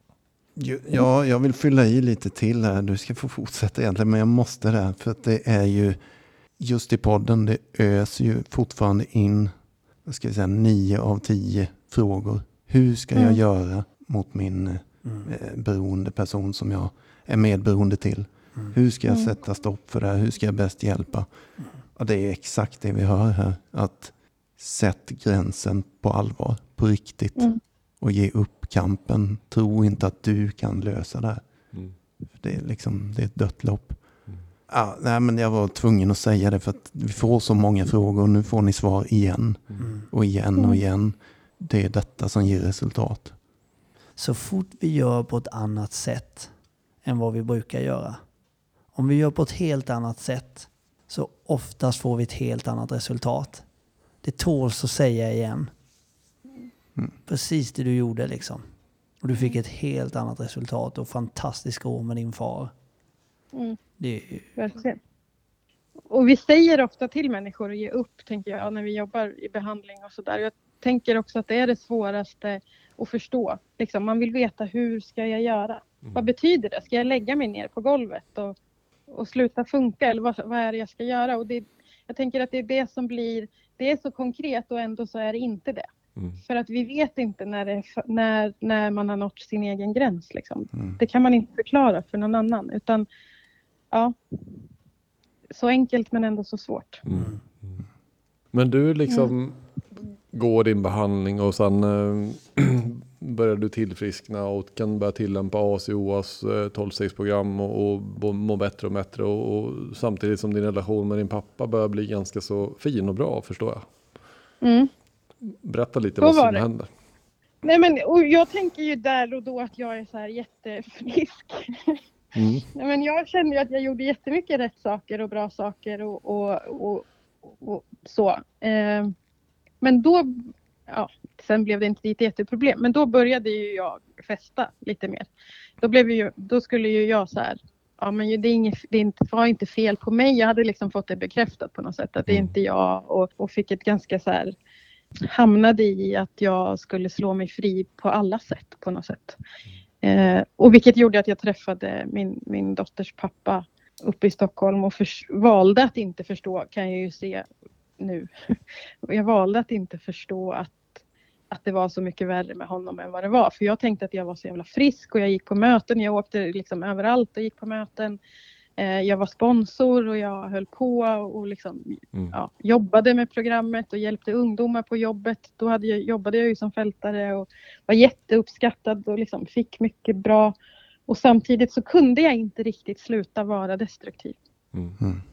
Ja, jag vill fylla i lite till här. Du ska få fortsätta egentligen, men jag måste det. För att det är ju, just i podden, det öser ju fortfarande in, vad ska jag säga, nio av tio frågor. Hur ska jag mm. göra mot min mm. eh, beroende person som jag är medberoende till? Mm. Hur ska jag mm. sätta stopp för det här? Hur ska jag bäst hjälpa? Mm. Och det är exakt det vi hör här. Att sätt gränsen på allvar, på riktigt. Mm. Och ge upp kampen. Tro inte att du kan lösa det här. Mm. Det är liksom, det är ett dött lopp. Mm. Ja, nej, men jag var tvungen att säga det för att vi får så många frågor och nu får ni svar igen. Mm. Och igen och igen. Det är detta som ger resultat. Så fort vi gör på ett annat sätt än vad vi brukar göra. Om vi gör på ett helt annat sätt så oftast får vi ett helt annat resultat. Det tåls att säga igen. Mm. Precis det du gjorde liksom. Och du fick ett helt annat resultat och fantastisk år med din far. Mm. Det är ju... Verkligen. Och vi säger ofta till människor att ge upp, tänker jag, när vi jobbar i behandling och sådär. Jag tänker också att det är det svåraste att förstå. Liksom, man vill veta, hur ska jag göra? Mm. Vad betyder det? Ska jag lägga mig ner på golvet och, och sluta funka? Eller vad, vad är det jag ska göra? Och det, jag tänker att det är det som blir, det är så konkret och ändå så är det inte det. Mm. För att vi vet inte när, det, när, när man har nått sin egen gräns. Liksom. Mm. Det kan man inte förklara för någon annan. Utan, ja, så enkelt men ändå så svårt. Mm. Mm. Men du liksom mm. går din behandling och sen äh, börjar du tillfriskna och kan börja tillämpa A C O A:s äh, tolv-stegsprogram och, och må bättre och bättre. Och, och samtidigt som din relation med din pappa börjar bli ganska så fin och bra, förstår jag. Mm. Berätta lite vad som händer. Nej, men och jag tänker ju där och då att jag är så här jättefrisk. Mm. Nej, men jag känner ju att jag gjorde jättemycket rätt saker och bra saker och, och, och, och så. Eh, men då, ja, sen blev det inte ett jätteproblem. Men då började ju jag festa lite mer. Då, blev ju, då skulle ju jag så här, ja men det, är inget, det inte, var inte fel på mig. Jag hade liksom fått det bekräftat på något sätt att det är inte jag. Och, och fick ett ganska så här, hamnade i att jag skulle slå mig fri på alla sätt på något sätt. Eh, och vilket gjorde att jag träffade min, min dotters pappa uppe i Stockholm och för, valde att inte förstå, kan jag ju se nu. Jag valde att inte förstå att, att det var så mycket värre med honom än vad det var. För jag tänkte att jag var så jävla frisk och jag gick på möten, jag åkte liksom överallt och gick på möten. Jag var sponsor och jag höll på och liksom, mm. ja, jobbade med programmet och hjälpte ungdomar på jobbet. Då hade jag, jobbade jag ju som fältare och var jätteuppskattad och liksom fick mycket bra. Och samtidigt så kunde jag inte riktigt sluta vara destruktiv. Mm.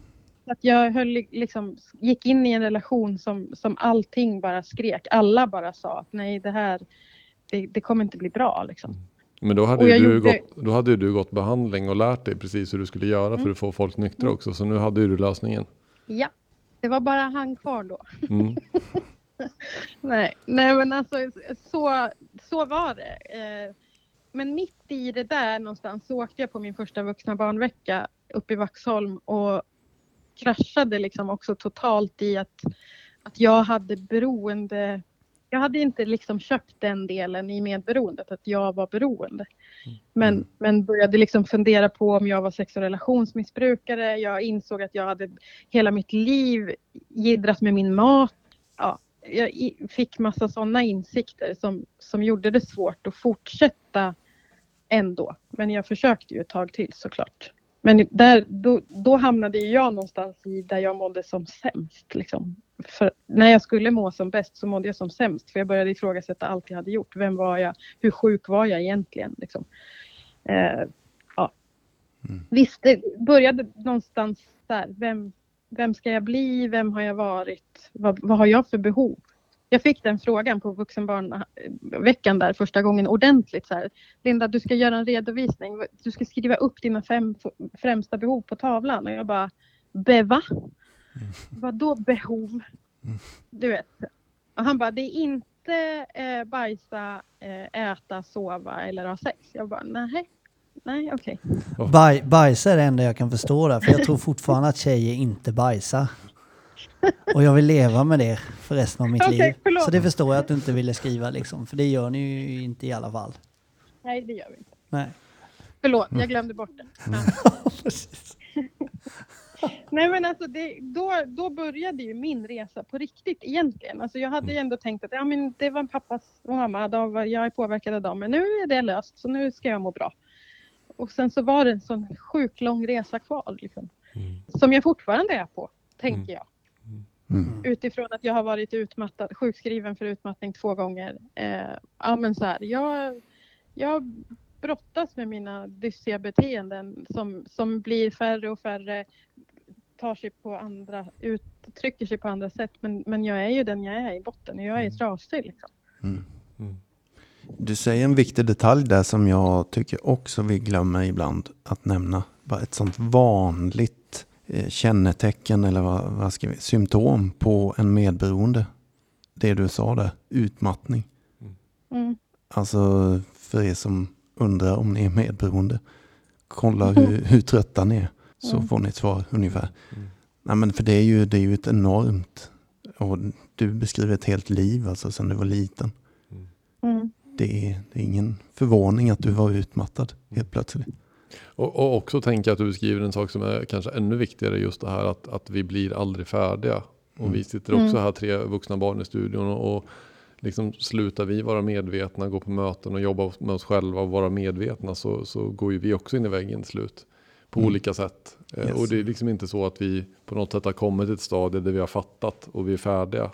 att jag höll, liksom, gick in i en relation som, som allting bara skrek. Alla bara sa att nej, det här det, det kommer inte bli bra. Liksom. Men då hade, ju du gjorde... gått, då hade ju du gått behandling och lärt dig precis hur du skulle göra mm. för att få folk nyktra också. Så nu hade ju du lösningen. Ja, det var bara han kvar då. Mm. nej, nej, men alltså så, så var det. Men mitt i det där någonstans så åkte jag på min första vuxna barnvecka uppe i Vaxholm och kraschade liksom också totalt i att, att jag hade beroende. Jag hade inte liksom köpt den delen i medberoendet, att jag var beroende. Men, mm. men började liksom fundera på om jag var sex- och relationsmissbrukare. Jag insåg att jag hade hela mitt liv gidrat med min mat. Ja, jag fick massa sådana insikter som, som gjorde det svårt att fortsätta ändå. Men jag försökte ju ett tag till såklart. Men där, då, då hamnade jag någonstans i där jag mådde som sämst. Liksom. För när jag skulle må som bäst så mådde jag som sämst. För jag började ifrågasätta allt jag hade gjort. Vem var jag? Hur sjuk var jag egentligen? Liksom. Eh, ja. mm. Visst, det började någonstans där. Vem, vem ska jag bli? Vem har jag varit? Vad, vad har jag för behov? Jag fick den frågan på vuxenbarnveckan där första gången ordentligt. Så här. Linda, du ska göra en redovisning. Du ska skriva upp dina fem främsta behov på tavlan. Och jag bara, beva? Mm. Vad då behov? Mm. Du vet. Och han bara, det är inte eh, bajsa, eh, äta, sova eller ha sex. Jag bara, nej. Nej, okej. Okay. Baj, bajsa är det enda jag kan förstå där. För jag tror fortfarande att tjejer inte bajsar. Och jag vill leva med det för resten av mitt okay, liv. Förlåt. Så det förstår jag att du inte ville skriva liksom. För det gör ni ju inte i alla fall. Nej, det gör vi inte. Nej. Förlåt, jag glömde bort det. Mm. Nej men alltså det, då, då började ju min resa på riktigt egentligen. Alltså jag hade ju ändå tänkt att ja, men det var pappas och mamma, då, jag är påverkad av dem. Men nu är det löst så nu ska jag må bra. Och sen så var det en sån sjuk lång resa kvar liksom. Mm. Som jag fortfarande är på, tänker mm. jag. Mm. Utifrån att jag har varit utmattad, sjukskriven för utmattning två gånger. Eh, ja men så här, jag, jag brottas med mina dysia-beteenden som, som blir färre och färre, tar sig på andra, uttrycker sig på andra sätt. Men, men jag är ju den jag är i botten och jag är trasig liksom. Mm. Mm. Du säger en viktig detalj där som jag tycker också vi glömmer ibland att nämna. Bara ett sånt vanligt kännetecken eller vad, vad ska vi, symptom på en medberoende. Det du sa där, utmattning. Mm. Alltså för er som undrar om ni är medberoende, kolla hur, hur trötta ni är. Så mm. får ni ett svar ungefär. Mm. Nej, men för det är ju, det är ju ett enormt, och du beskriver ett helt liv alltså sedan du var liten. Mm. Det, är, det är ingen förvåning att du var utmattad helt plötsligt. Och, och också tänka att du beskriver en sak som är kanske ännu viktigare, just det här att, att vi blir aldrig färdiga. Och mm. vi sitter också här, tre vuxna barn i studion, och, och liksom slutar vi vara medvetna, gå på möten och jobba med oss själva och vara medvetna, så, så går ju vi också in i väggen till slut på mm. olika sätt. Yes. Och det är liksom inte så att vi på något sätt har kommit till ett stadie där vi har fattat och vi är färdiga.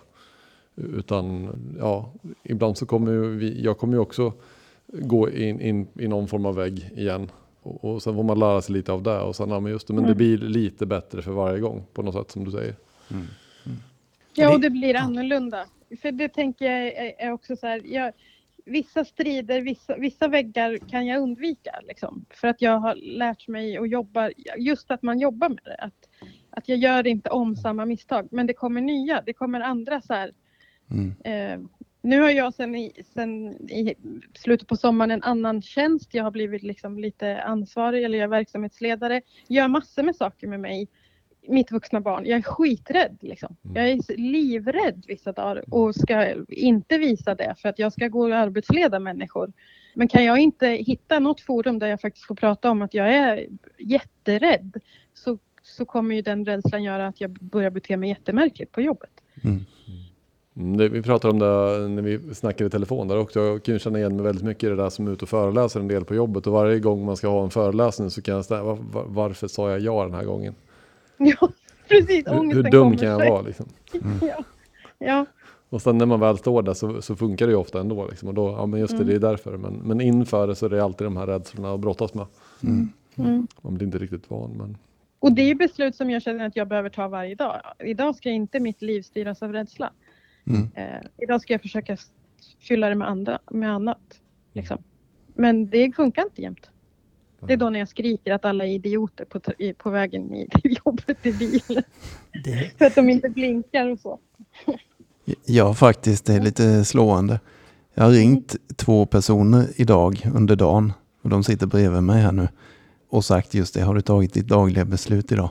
Utan ja, ibland så kommer vi, jag kommer ju också gå in, in i någon form av vägg igen. Och, och sen får man lära sig lite av det. Och sen, ja, men just det, men det blir lite bättre för varje gång på något sätt som du säger. Mm. Mm. Ja, och det blir annorlunda. För det tänker jag är, är också så här, jag, vissa strider, vissa, vissa väggar kan jag undvika. Liksom, för att jag har lärt mig att jobba, just att man jobbar med det. Att, att jag gör inte om samma misstag. Men det kommer nya, det kommer andra så här. Mm. Eh, nu har jag sen i, sen i slutet på sommaren en annan tjänst. Jag har blivit liksom lite ansvarig, eller jag är verksamhetsledare. Gör massor med saker med mig. Mitt vuxna barn. Jag är skiträdd liksom. Jag är livrädd vissa dagar och ska inte visa det för att jag ska gå och arbetsleda människor. Men kan jag inte hitta något forum där jag faktiskt får prata om att jag är jätterädd, så, så kommer ju den rädslan göra att jag börjar bete mig jättemärkligt på jobbet. Mm. Mm, det, vi pratar om det när vi snackar i telefon där också. Jag kan känna igen mig väldigt mycket i det där som är ute och föreläser en del på jobbet. Och varje gång man ska ha en föreläsning så kan jag säga, var, var, varför sa jag ja den här gången? Ja, precis. Hur, hur dum kan jag vara liksom? Mm. Ja. Ja. Och sen när man väl står där så, så funkar det ju ofta ändå. Liksom. Och då, ja men just det, mm. det är därför. Men, men inför det så är det alltid de här rädslorna att brottas med. Mm. Mm. Man blir inte riktigt van. Men... Och det är beslut som jag känner att jag behöver ta varje dag. Idag ska inte mitt liv styras av rädsla. Mm. Eh, idag ska jag försöka fylla det med, andra, med annat. Liksom. Men det funkar inte jämt. Det är då när jag skriker att alla är idioter på, på vägen i jobbet i bilen. Det... För att de inte blinkar och så. Ja, faktiskt. Det är lite slående. Jag har ringt mm. två personer idag under dagen. Och de sitter bredvid mig här nu. Och sagt just det. Har du tagit ditt dagliga beslut idag?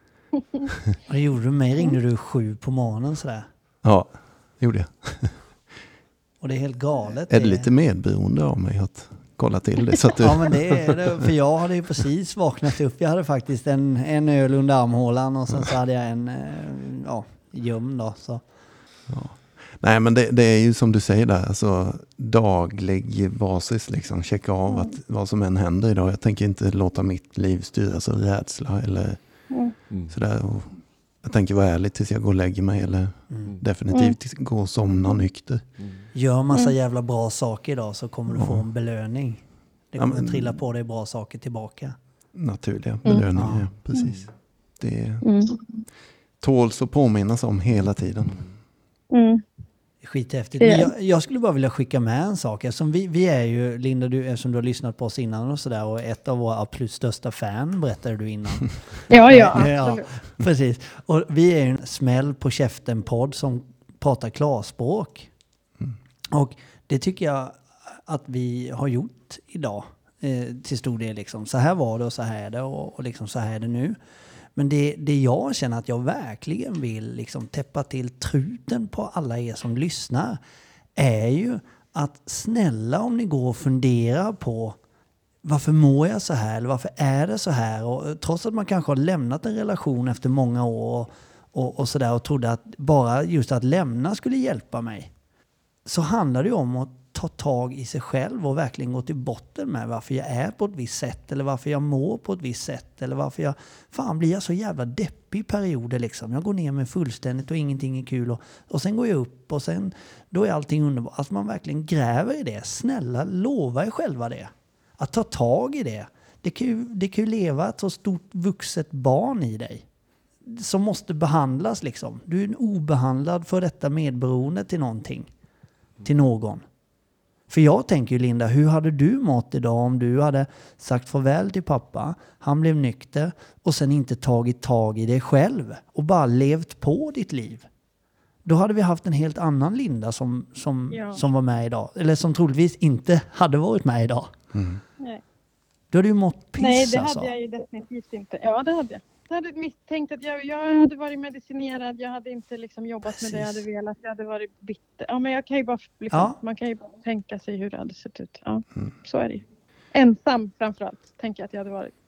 Vad gjorde du? Mig ringde du sju på morgonen sådär. Ja, det gjorde jag. Och det är helt galet. Är det, det lite medberoende av mig att kolla till det? Så att du... Ja, men det är det. För jag hade ju precis vaknat upp. Jag hade faktiskt en, en öl under armhålan och sen så hade jag en ja, göm då. Så. Ja. Nej, men det, det är ju som du säger där. Alltså daglig basis liksom. Checka av mm. att vad som än händer idag. Jag tänker inte låta mitt liv styras av rädsla eller mm. sådär. Och jag tänker vara ärlig tills jag går och lägger mig eller mm. definitivt mm. gå och somna nykter. Mm. Gör massa jävla bra saker idag så kommer du ja. få en belöning. Det kommer ja, men, trilla på dig bra saker tillbaka. Naturliga belöningar, mm. ja, precis. Det mm. tåls att påminnas om hela tiden. Mm. Skithäftigt. Men jag, jag skulle bara vilja skicka med en sak. Eftersom vi, vi är ju, Linda, du, eftersom du har lyssnat på oss innan och sådär. Och ett av våra absolut största fan berättade du innan. ja, ja, ja, precis. Och vi är ju en smäll på käften-podd som pratar klarspråk. Mm. Och det tycker jag att vi har gjort idag. Eh, till stor del liksom. Så här var det och så här är det och, och liksom så här är det nu. Men det, det jag känner att jag verkligen vill liksom täppa till truten på alla er som lyssnar är ju att snälla om ni går och funderar på varför mår jag så här eller varför är det så här och trots att man kanske har lämnat en relation efter många år och, och, och sådär och trodde att bara just att lämna skulle hjälpa mig så handlar det ju om att ta tag i sig själv och verkligen gå till botten med varför jag är på ett visst sätt eller varför jag mår på ett visst sätt eller varför jag, fan blir jag så jävla deppig i perioder liksom. Jag går ner med fullständigt och ingenting är kul och, och sen går jag upp och sen då är allting underbart. Att man verkligen gräver i det. Snälla, lova er själva det. Att ta tag i det. Det kan ju, det kan ju leva ett så stort vuxet barn i dig som måste behandlas liksom. Du är en obehandlad för detta medberoende till någonting. Till någon. För jag tänker ju Linda, hur hade du mått idag om du hade sagt farväl till pappa, han blev nykter och sen inte tagit tag i dig själv och bara levt på ditt liv. Då hade vi haft en helt annan Linda som, som, ja. som var med idag. Eller som troligtvis inte hade varit med idag. Mm. Nej. Du hade ju mått piss. Nej, det hade alltså. jag ju definitivt inte. Ja, det hade jag. Jag hade misstänkt att jag, jag hade varit medicinerad. Jag hade inte liksom jobbat Precis. med det jag hade velat. Jag hade varit bitter. Ja, men jag kan ju bara, liksom, ja. man kan ju bara tänka sig hur det hade sett ut. Ja, mm. så är det ju. Ensam framförallt, tänker jag att jag hade varit.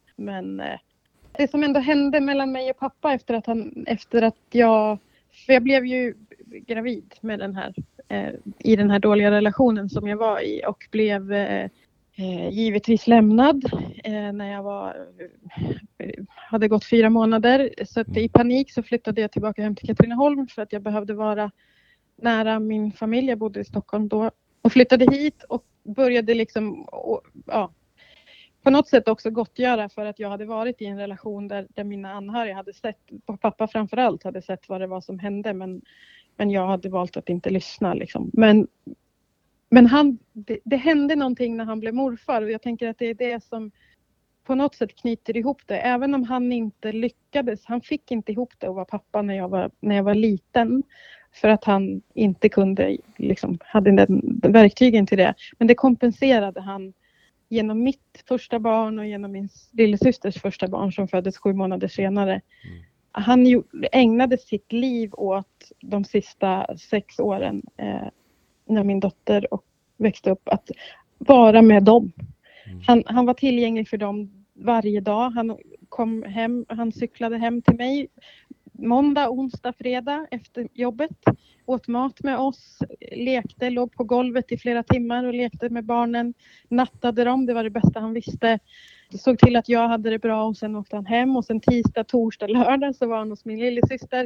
Men eh, det som ändå hände mellan mig och pappa efter att, han, efter att jag... För jag blev ju gravid med den här, eh, i den här dåliga relationen som jag var i. Och blev... Eh, Eh, givetvis lämnad eh, när jag var, eh, hade gått fyra månader. Så att i panik så flyttade jag tillbaka hem till Katrineholm för att jag behövde vara nära min familj. Jag bodde i Stockholm då och flyttade hit och började liksom, och, ja, på något sätt också gottgöra för att jag hade varit i en relation där, där mina anhöriga hade sett, pappa framförallt hade sett vad det var som hände. Men, men jag hade valt att inte lyssna liksom. Men Men han, det, det hände någonting när han blev morfar och jag tänker att det är det som på något sätt knyter ihop det. Även om han inte lyckades, han fick inte ihop det att vara pappa när jag var, när jag var liten. För att han inte kunde, liksom, hade den verktygen till det. Men det kompenserade han genom mitt första barn och genom min lillasysters första barn som föddes sju månader senare. Mm. Han gjorde, ägnade sitt liv åt de sista sex åren eh, när min dotter och växte upp att vara med dem. Mm. Han, han var tillgänglig för dem varje dag. Han kom hem, han cyklade hem till mig måndag, onsdag, fredag efter jobbet. Åt mat med oss, lekte, låg på golvet i flera timmar och lekte med barnen. Nattade dem, det var det bästa han visste. Såg till att jag hade det bra och sen åkte han hem. Och sen tisdag, torsdag, lördag så var han hos min lillasyster.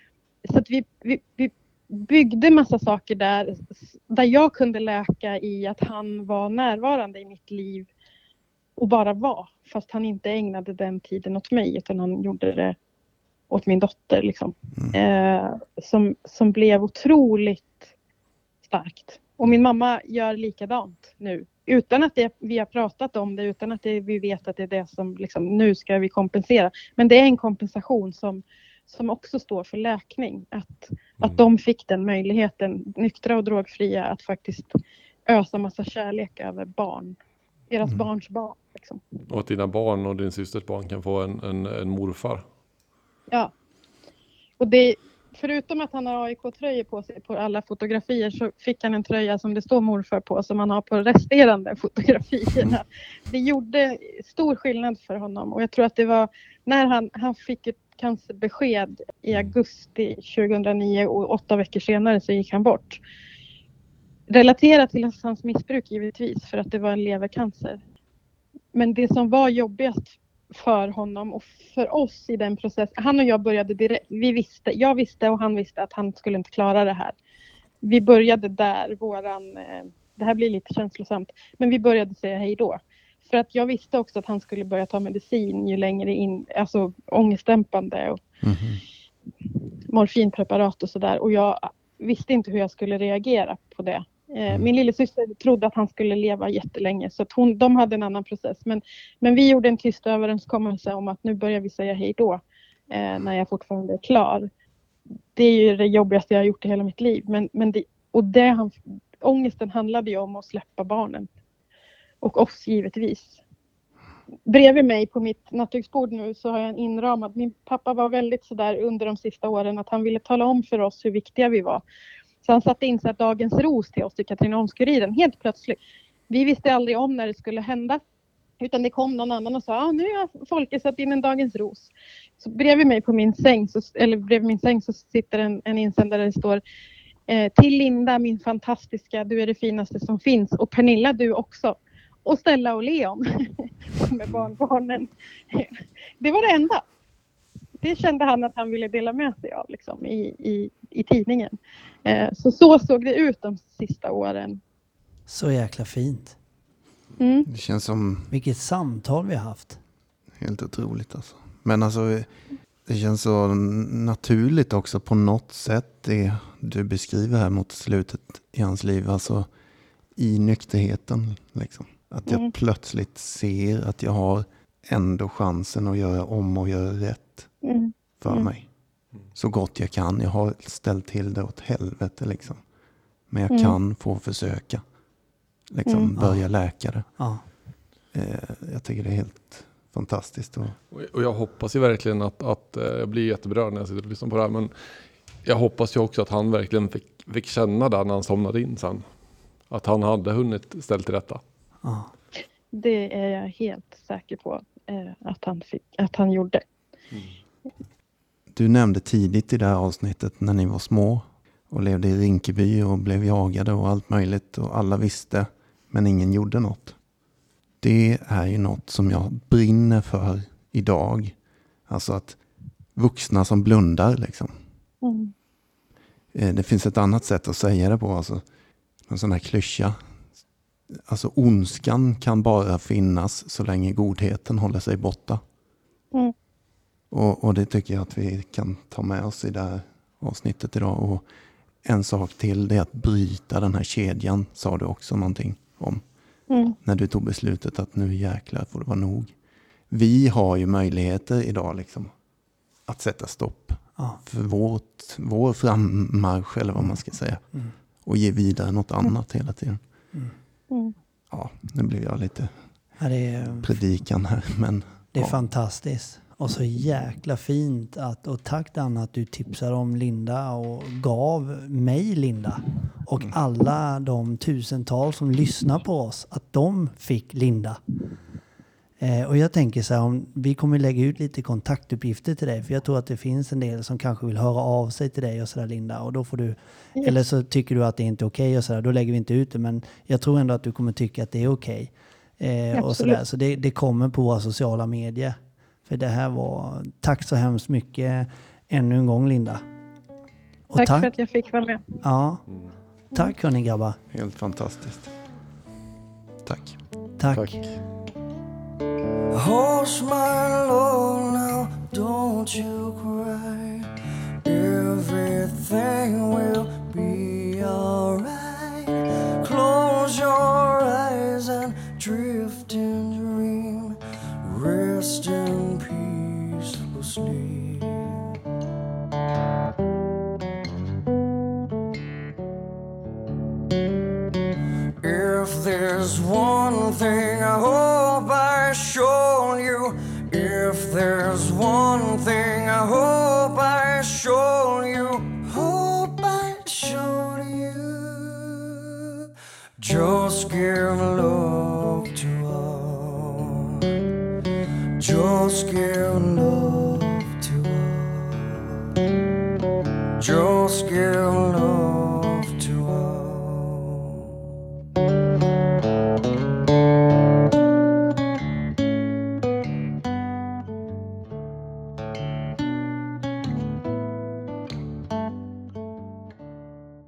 Så att vi... vi, vi byggde massa saker där, där jag kunde läka i att han var närvarande i mitt liv och bara var. Fast han inte ägnade den tiden åt mig utan han gjorde det åt min dotter. Liksom. Mm. Eh, som, som blev otroligt starkt. Och min mamma gör likadant nu. Utan att det, vi har pratat om det, utan att det, vi vet att det är det som liksom, nu ska vi kompensera. Men det är en kompensation som, som också står för läkning. Att, mm. att de fick den möjligheten, nyktra och drogfria, att faktiskt ösa massa kärlek över barn. Deras mm. barns barn. Liksom. Och att dina barn och din systers barn kan få en, en, en morfar. Ja. Och det, förutom att han har A I K-tröjor på sig på alla fotografier så fick han en tröja som det står morfar på som han har på resterande fotografierna. Det gjorde stor skillnad för honom och jag tror att det var när han, han fick ett cancerbesked i augusti tjugohundranio och åtta veckor senare så gick han bort. Relaterat till hans missbruk givetvis för att det var en levercancer. Men det som var jobbigast för honom och för oss i den processen. Han och jag började direkt. Vi visste, jag visste och han visste att han skulle inte klara det här. Vi började där, våran, det här blir lite känslosamt. Men vi började säga hej då. För att jag visste också att han skulle börja ta medicin ju längre in, alltså ångestdämpande och mm-hmm. morfinpreparat och sådär. Och jag visste inte hur jag skulle reagera på det. Min lillasyster trodde att han skulle leva jättelänge så att hon, de hade en annan process. Men, men vi gjorde en tyst överenskommelse om att nu börjar vi säga hej då eh, när jag fortfarande är klar. Det är ju det jobbigaste jag har gjort i hela mitt liv. Men, men det, och det han, ångesten handlade ju om att släppa barnen. Och oss givetvis. Bredvid mig på mitt nattduksbord nu så har jag en inramad. Min pappa var väldigt sådär under de sista åren att han ville tala om för oss hur viktiga vi var. Så han satte in så här dagens ros till oss i Katrineholms-Kuriren helt plötsligt. Vi visste aldrig om när det skulle hända. Utan det kom någon annan och sa ah, nu har folket satt in en dagens ros. Så bredvid mig på min säng, så, eller bredvid min säng så sitter en, en insändare där det står eh, till Linda, min fantastiska, du är det finaste som finns. Och Pernilla, du också. Och Stella och Leon med barnbarnen. Det var det enda. Det kände han att han ville dela med sig av liksom, i, i, i tidningen. Eh, så så såg det ut de sista åren. Så jäkla fint. Mm. Det känns som... Vilket samtal vi har haft. Helt otroligt alltså. Men alltså, det känns så naturligt också på något sätt det du beskriver här mot slutet i hans liv. Alltså i nykterheten liksom. Att jag mm. plötsligt ser att jag har ändå chansen att göra om och göra rätt mm. för mm. mig. Så gott jag kan. Jag har ställt till det åt helvete liksom. Men jag mm. kan få försöka. Liksom mm. börja ja. läka det. Ja. Eh, jag tycker det är helt fantastiskt. Och, och jag hoppas ju verkligen att, att eh, jag blir jätteberörd när jag sitter och lyssnar på det här. Men jag hoppas ju också att han verkligen fick, fick känna det när han somnade in sen. Att han hade hunnit ställa till rätta. Ja. Det är jag helt säker på eh, att, han fick, att han gjorde. Mm. Du nämnde tidigt i det här avsnittet när ni var små och levde i Rinkeby och blev jagade och allt möjligt och alla visste men ingen gjorde något. Det är ju något som jag brinner för idag. Alltså att vuxna som blundar liksom. Mm. Det finns ett annat sätt att säga det på, alltså en sån här klyscha. Alltså ondskan kan bara finnas så länge godheten håller sig borta. Mm. Och, och det tycker jag att vi kan ta med oss i det här avsnittet idag. Och en sak till, det är att bryta den här kedjan, sa du också någonting om. Mm. När du tog beslutet att nu jäklar får det vara nog. Vi har ju möjligheter idag liksom att sätta stopp ja. för vårt, vår frammarsch eller vad man ska säga. Mm. Och ge vidare något annat mm. hela tiden. Mm. Mm. Ja, nu blir jag lite ja, det är, predikan här. Men, det är ja. fantastiskt. Och så jäkla fint att, och tack Anna att du tipsade om Linda och gav mig Linda och alla de tusentals som lyssnar på oss att de fick Linda. Eh, och jag tänker så här, om vi kommer lägga ut lite kontaktuppgifter till dig, för jag tror att det finns en del som kanske vill höra av sig till dig och sådär Linda, och då får du, mm. eller så tycker du att det inte är okej okay och sådär, då lägger vi inte ut det, men jag tror ändå att du kommer tycka att det är okej. Okay. Eh, och sådär, så det, det kommer på våra sociala medier. För det här var, tack så hemskt mycket ännu en gång Linda. Och tack, tack för att jag fick vara med. Ja, tack hörni grabbar. Helt fantastiskt. Tack. Tack. Tack. Hush my love now, don't you cry. Everything will be alright. Close your eyes and drift and dream. Rest in peaceful sleep. If there's one thing I hope I showed you, if there's one thing I hope I showed you, hope I showed you, just give love to all, just give